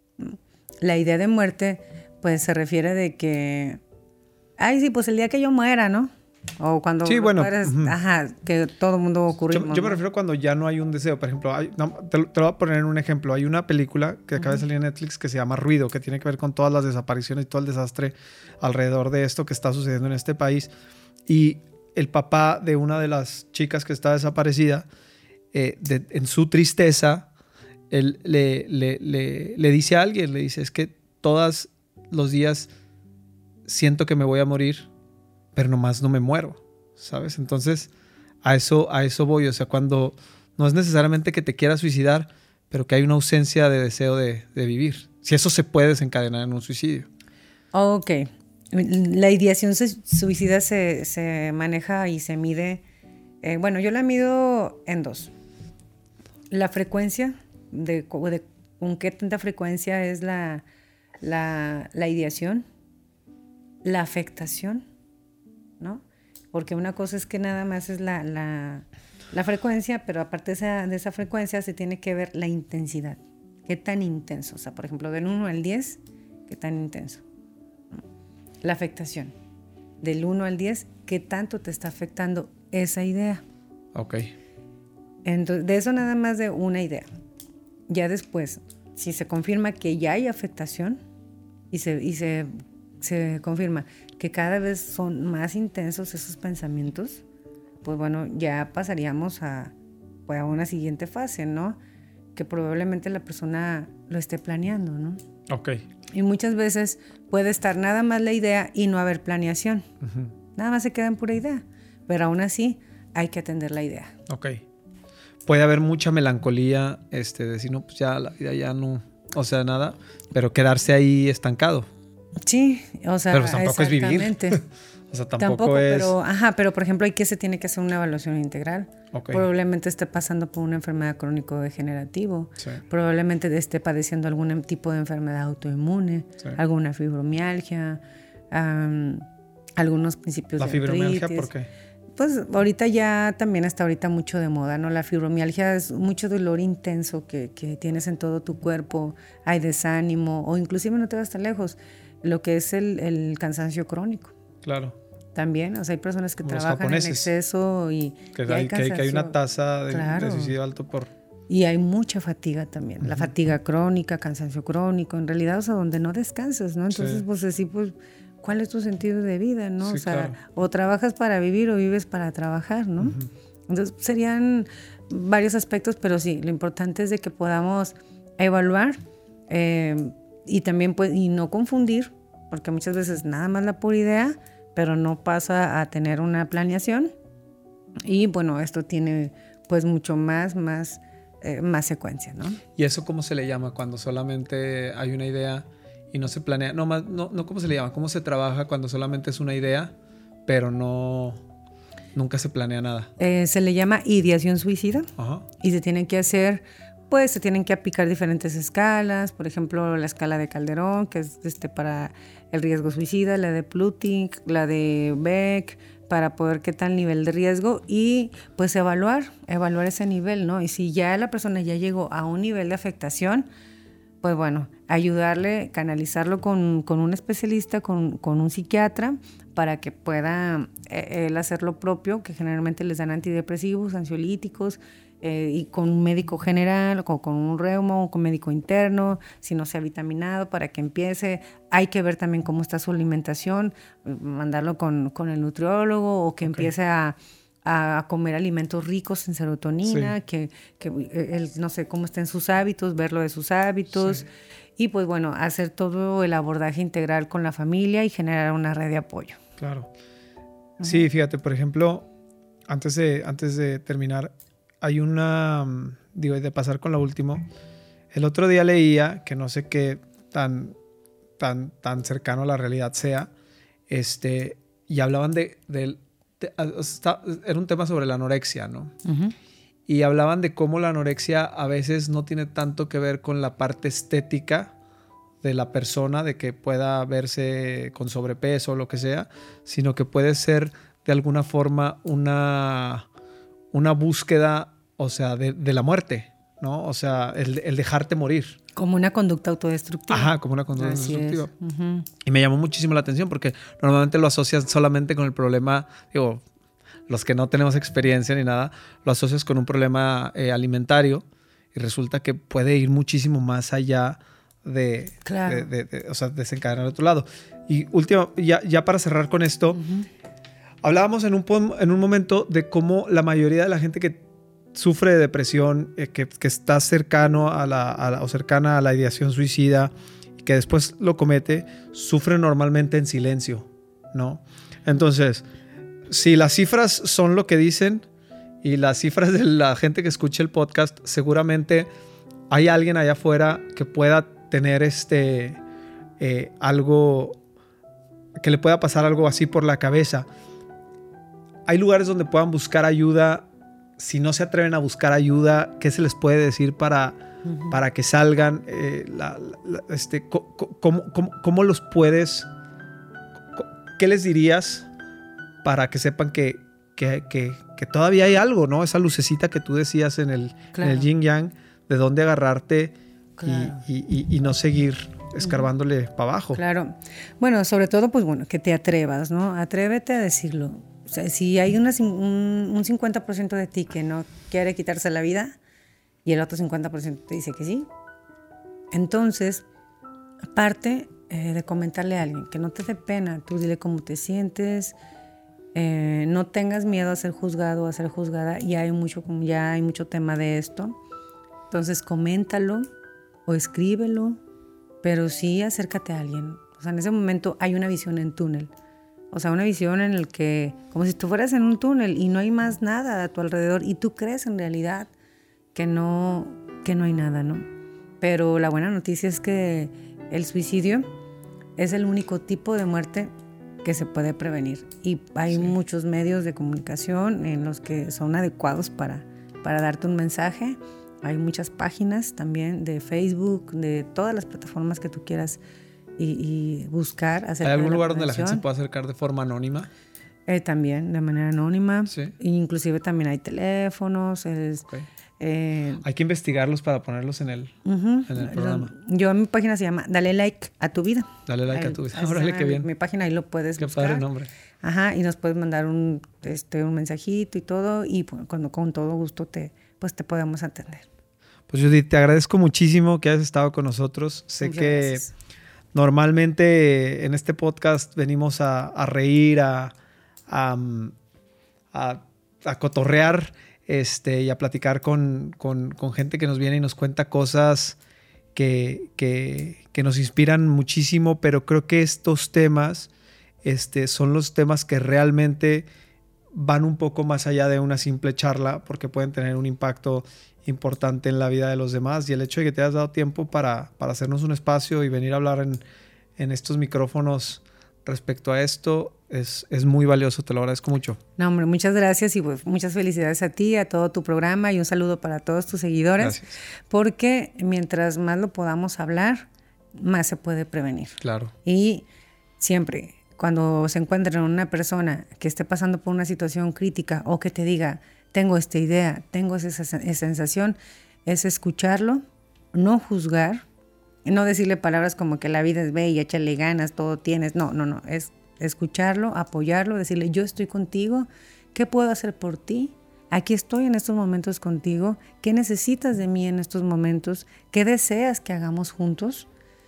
Speaker 3: La idea de muerte, pues se refiere de que, ay, sí, pues el día que yo muera, ¿no? O cuando
Speaker 1: sí, bueno,
Speaker 3: mueres, uh-huh. ajá, que todo el mundo ocurrimos.
Speaker 1: Yo, yo me refiero cuando ya no hay un deseo. Por ejemplo, hay, no, te, te lo voy a poner en un ejemplo. Hay una película que acaba uh-huh. de salir en Netflix que se llama Ruido, que tiene que ver con todas las desapariciones y todo el desastre alrededor de esto que está sucediendo en este país. Y el papá de una de las chicas que está desaparecida, eh, de, en su tristeza, él le, le, le, le dice a alguien, le dice, es que todos los días siento que me voy a morir, pero nomás no me muero, ¿sabes? Entonces, a eso, a eso voy. O sea, cuando no es necesariamente que te quieras suicidar, pero que hay una ausencia de deseo de, de vivir. Si eso se puede desencadenar en un suicidio.
Speaker 3: Ok. La ideación suicida se, se maneja y se mide. Eh, bueno, yo la mido en dos. La frecuencia, de, de con qué tanta frecuencia es la, la, la ideación, la afectación, ¿no? Porque una cosa es que nada más es la, la, la frecuencia, pero aparte de esa, de esa frecuencia se tiene que ver la intensidad. ¿Qué tan intenso? O sea, por ejemplo, del uno al diez, ¿qué tan intenso? La afectación. Del uno al diez, ¿qué tanto te está afectando esa idea?
Speaker 1: Ok.
Speaker 3: Entonces, de eso nada más de una idea. Ya después, si se confirma que ya hay afectación y se... Y se se confirma que cada vez son más intensos esos pensamientos, pues bueno, ya pasaríamos a, pues a una siguiente fase, ¿no? Que probablemente la persona lo esté planeando, ¿no?
Speaker 1: Ok.
Speaker 3: Y muchas veces puede estar nada más la idea y no haber planeación. Uh-huh. Nada más se queda en pura idea. Pero aún así hay que atender la idea.
Speaker 1: Ok. Puede haber mucha melancolía, este, decir, no, pues ya la vida ya no, o sea, nada, pero quedarse ahí estancado.
Speaker 3: Sí, o sea,
Speaker 1: pero tampoco es vivir. O sea, tampoco,
Speaker 3: tampoco
Speaker 1: es...
Speaker 3: pero, ajá, pero por ejemplo, hay que se tiene que hacer una evaluación integral.
Speaker 1: Okay.
Speaker 3: Probablemente esté pasando por una enfermedad crónico-degenerativo.
Speaker 1: Sí.
Speaker 3: Probablemente esté padeciendo algún tipo de enfermedad autoinmune, sí. alguna fibromialgia, um, algunos principios
Speaker 1: ¿La
Speaker 3: de
Speaker 1: fibromialgia
Speaker 3: artritis.
Speaker 1: por qué?
Speaker 3: Pues ahorita ya también está ahorita mucho de moda, ¿no? La fibromialgia es mucho dolor intenso que, que tienes en todo tu cuerpo, hay desánimo, o inclusive no te vas tan lejos, lo que es el, el cansancio crónico.
Speaker 1: Claro.
Speaker 3: También, o sea, hay personas que
Speaker 1: Como
Speaker 3: trabajan en exceso y,
Speaker 1: que,
Speaker 3: y
Speaker 1: hay,
Speaker 3: hay
Speaker 1: que, hay, que hay una tasa de,
Speaker 3: claro.
Speaker 1: de suicidio alto por...
Speaker 3: Y hay mucha fatiga también, uh-huh. la fatiga crónica, cansancio crónico, en realidad, o sea, donde no descansas, ¿no? Entonces, sí. pues así, pues, ¿cuál es tu sentido de vida, no?
Speaker 1: Sí,
Speaker 3: o sea,
Speaker 1: claro.
Speaker 3: o trabajas para vivir o vives para trabajar, ¿no? Uh-huh. Entonces, serían varios aspectos, pero sí, lo importante es de que podamos evaluar eh, y también, pues, y no confundir, porque muchas veces nada más la pura idea, pero no pasa a tener una planeación. Y bueno, esto tiene pues mucho más, más, eh, más secuencia, ¿no?
Speaker 1: ¿Y eso cómo se le llama cuando solamente hay una idea y no se planea? No, más, no, no ¿cómo se le llama? ¿Cómo se trabaja cuando solamente es una idea, pero no, nunca se planea nada?
Speaker 3: Eh, se le llama ideación suicida.
Speaker 1: Ajá.
Speaker 3: Y se tienen que hacer, pues se tienen que aplicar diferentes escalas, por ejemplo, la escala de Calderón, que es este, para el riesgo suicida, la de Plutnik, la de Beck, para poder qué tal nivel de riesgo y pues evaluar, evaluar ese nivel, ¿no? Y si ya la persona ya llegó a un nivel de afectación, pues bueno, ayudarle, canalizarlo con, con un especialista, con, con un psiquiatra, para que pueda eh, él hacer lo propio, que generalmente les dan antidepresivos, ansiolíticos, eh, y con un médico general, o con un reumo, o con médico interno, si no se ha vitaminado, para que empiece. Hay que ver también cómo está su alimentación, mandarlo con, con el nutriólogo, o que okay. empiece a, a comer alimentos ricos en serotonina, sí. que, que él, no sé cómo estén sus hábitos, verlo de sus hábitos, sí. y pues bueno, hacer todo el abordaje integral con la familia y generar una red de apoyo.
Speaker 1: Claro. Uh-huh. Sí, fíjate, por ejemplo, antes de, antes de terminar, hay una, digo, de pasar con lo último, el otro día leía, que no sé qué tan, tan, tan cercano a la realidad sea, este, y hablaban de, de, de, de era un tema sobre la anorexia, ¿no?
Speaker 3: Uh-huh.
Speaker 1: Y hablaban de cómo la anorexia a veces no tiene tanto que ver con la parte estética de la persona, de que pueda verse con sobrepeso o lo que sea, sino que puede ser de alguna forma una, una búsqueda, o sea, de, de la muerte, ¿no? O sea, el, el dejarte morir.
Speaker 3: Como una conducta autodestructiva.
Speaker 1: Ajá, como una conducta
Speaker 3: Así
Speaker 1: autodestructiva.
Speaker 3: Uh-huh.
Speaker 1: Y me llamó muchísimo la atención porque normalmente lo asocias solamente con el problema, digo, los que no tenemos experiencia ni nada, lo asocias con un problema eh, alimentario y resulta que puede ir muchísimo más allá de,
Speaker 3: claro.
Speaker 1: de, de, de o sea, desencadenar al otro lado. Y última, ya, ya para cerrar con esto, uh-huh. hablábamos en un, en un momento de cómo la mayoría de la gente que sufre de depresión, eh, que, que está cercano a la, a la, o cercana a la ideación suicida y que después lo comete, sufre normalmente en silencio, ¿no? Entonces, si las cifras son lo que dicen y las cifras de la gente que escucha el podcast, seguramente hay alguien allá afuera que pueda tener este, eh, algo, que le pueda pasar algo así por la cabeza. Hay lugares donde puedan buscar ayuda. Si no se atreven a buscar ayuda, ¿qué se les puede decir para, uh-huh. para que salgan? Eh, la, la, este, co, co, ¿cómo, cómo, ¿Cómo los puedes? Co, ¿Qué les dirías para que sepan que, que, que, que todavía hay algo, ¿no? Esa lucecita que tú decías en el, claro. en el yin yang, de dónde agarrarte claro. y, y, y no seguir escarbándole uh-huh. para abajo.
Speaker 3: Claro. Bueno, sobre todo, pues bueno, que te atrevas, ¿no? Atrévete a decirlo. O sea, si hay una, un, un cincuenta por ciento de ti que no quiere quitarse la vida y el otro cincuenta por ciento te dice que sí, entonces, aparte eh, de comentarle a alguien, que no te dé pena, tú dile cómo te sientes, Eh, no tengas miedo a ser juzgado o a ser juzgada. Ya hay mucho, ya hay mucho tema de esto. Entonces, coméntalo o escríbelo, pero sí acércate a alguien. O sea, en ese momento hay una visión en túnel. O sea, una visión en el que, como si tú fueras en un túnel y no hay más nada a tu alrededor y tú crees en realidad que no, que no hay nada, ¿no? Pero la buena noticia es que el suicidio es el único tipo de muerte que se puede prevenir. Y hay sí. muchos medios de comunicación en los que son adecuados para, para darte un mensaje. Hay muchas páginas también de Facebook, de todas las plataformas que tú quieras y, y buscar.
Speaker 1: ¿Hay algún lugar donde la gente se pueda acercar de forma anónima?
Speaker 3: Eh, también, de manera anónima.
Speaker 1: Sí.
Speaker 3: Inclusive también hay teléfonos. Es,
Speaker 1: okay.
Speaker 3: eh,
Speaker 1: hay que investigarlos para ponerlos en el,
Speaker 3: uh-huh.
Speaker 1: en el programa.
Speaker 3: Yo, mi página se llama Dale Like a tu vida.
Speaker 1: Dale Like
Speaker 3: el,
Speaker 1: a tu vida. Órale, qué bien.
Speaker 3: Mi, mi página, ahí lo puedes
Speaker 1: qué
Speaker 3: buscar.
Speaker 1: Qué padre nombre.
Speaker 3: Ajá, y nos puedes mandar un, este, un mensajito y todo. Y pues, cuando con todo gusto te, pues, te podemos atender.
Speaker 1: Pues Judith, te agradezco muchísimo que hayas estado con nosotros. Sé
Speaker 3: Muchas
Speaker 1: que
Speaker 3: gracias.
Speaker 1: Normalmente en este podcast venimos a, a reír, a, a, a, a cotorrear este, y a platicar con, con, con gente que nos viene y nos cuenta cosas que, que, que nos inspiran muchísimo, pero creo que estos temas este, son los temas que realmente van un poco más allá de una simple charla, porque pueden tener un impacto importante en la vida de los demás, y el hecho de que te hayas dado tiempo para, para hacernos un espacio y venir a hablar en, en estos micrófonos respecto a esto es, es muy valioso, te lo agradezco mucho.
Speaker 3: No, hombre, muchas gracias y pues, muchas felicidades a ti, a todo tu programa y un saludo para todos tus seguidores.
Speaker 1: Gracias.
Speaker 3: Porque mientras más lo podamos hablar, más se puede prevenir.
Speaker 1: Claro.
Speaker 3: Y siempre, cuando se encuentren una persona que esté pasando por una situación crítica o que te diga, tengo esta idea, tengo esa, esa sensación, es escucharlo, no juzgar, no decirle palabras como que la vida es bella, échale ganas, todo tienes. No, no, no, es escucharlo, apoyarlo, decirle yo estoy contigo, ¿qué puedo hacer por ti? Aquí estoy en estos momentos contigo, ¿qué necesitas de mí en estos momentos? ¿Qué deseas que hagamos juntos?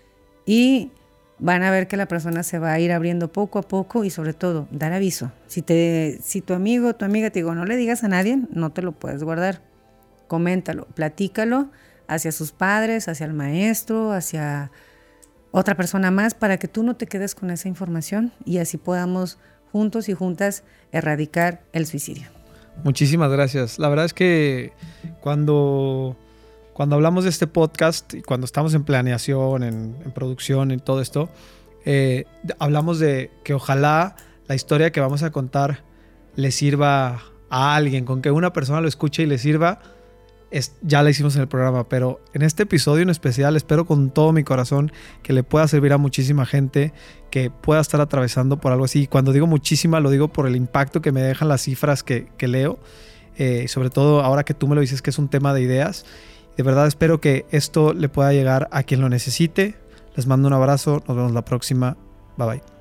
Speaker 3: Y van a ver que la persona se va a ir abriendo poco a poco y sobre todo, dar aviso. Si, te, si tu amigo o tu amiga te digo, no le digas a nadie, no te lo puedes guardar. Coméntalo, platícalo hacia sus padres, hacia el maestro, hacia otra persona más, para que tú no te quedes con esa información y así podamos juntos y juntas erradicar el suicidio.
Speaker 1: Muchísimas gracias. La verdad es que cuando... Cuando hablamos de este podcast y cuando estamos en planeación, en, en producción, en todo esto, eh, hablamos de que ojalá la historia que vamos a contar le sirva a alguien, con que una persona lo escuche y le sirva, es, ya la hicimos en el programa, pero en este episodio en especial espero con todo mi corazón que le pueda servir a muchísima gente que pueda estar atravesando por algo así. Y cuando digo muchísima, lo digo por el impacto que me dejan las cifras que, que leo, eh, y sobre todo ahora que tú me lo dices que es un tema de ideas. De verdad espero que esto le pueda llegar a quien lo necesite. Les mando un abrazo. Nos vemos la próxima. Bye bye.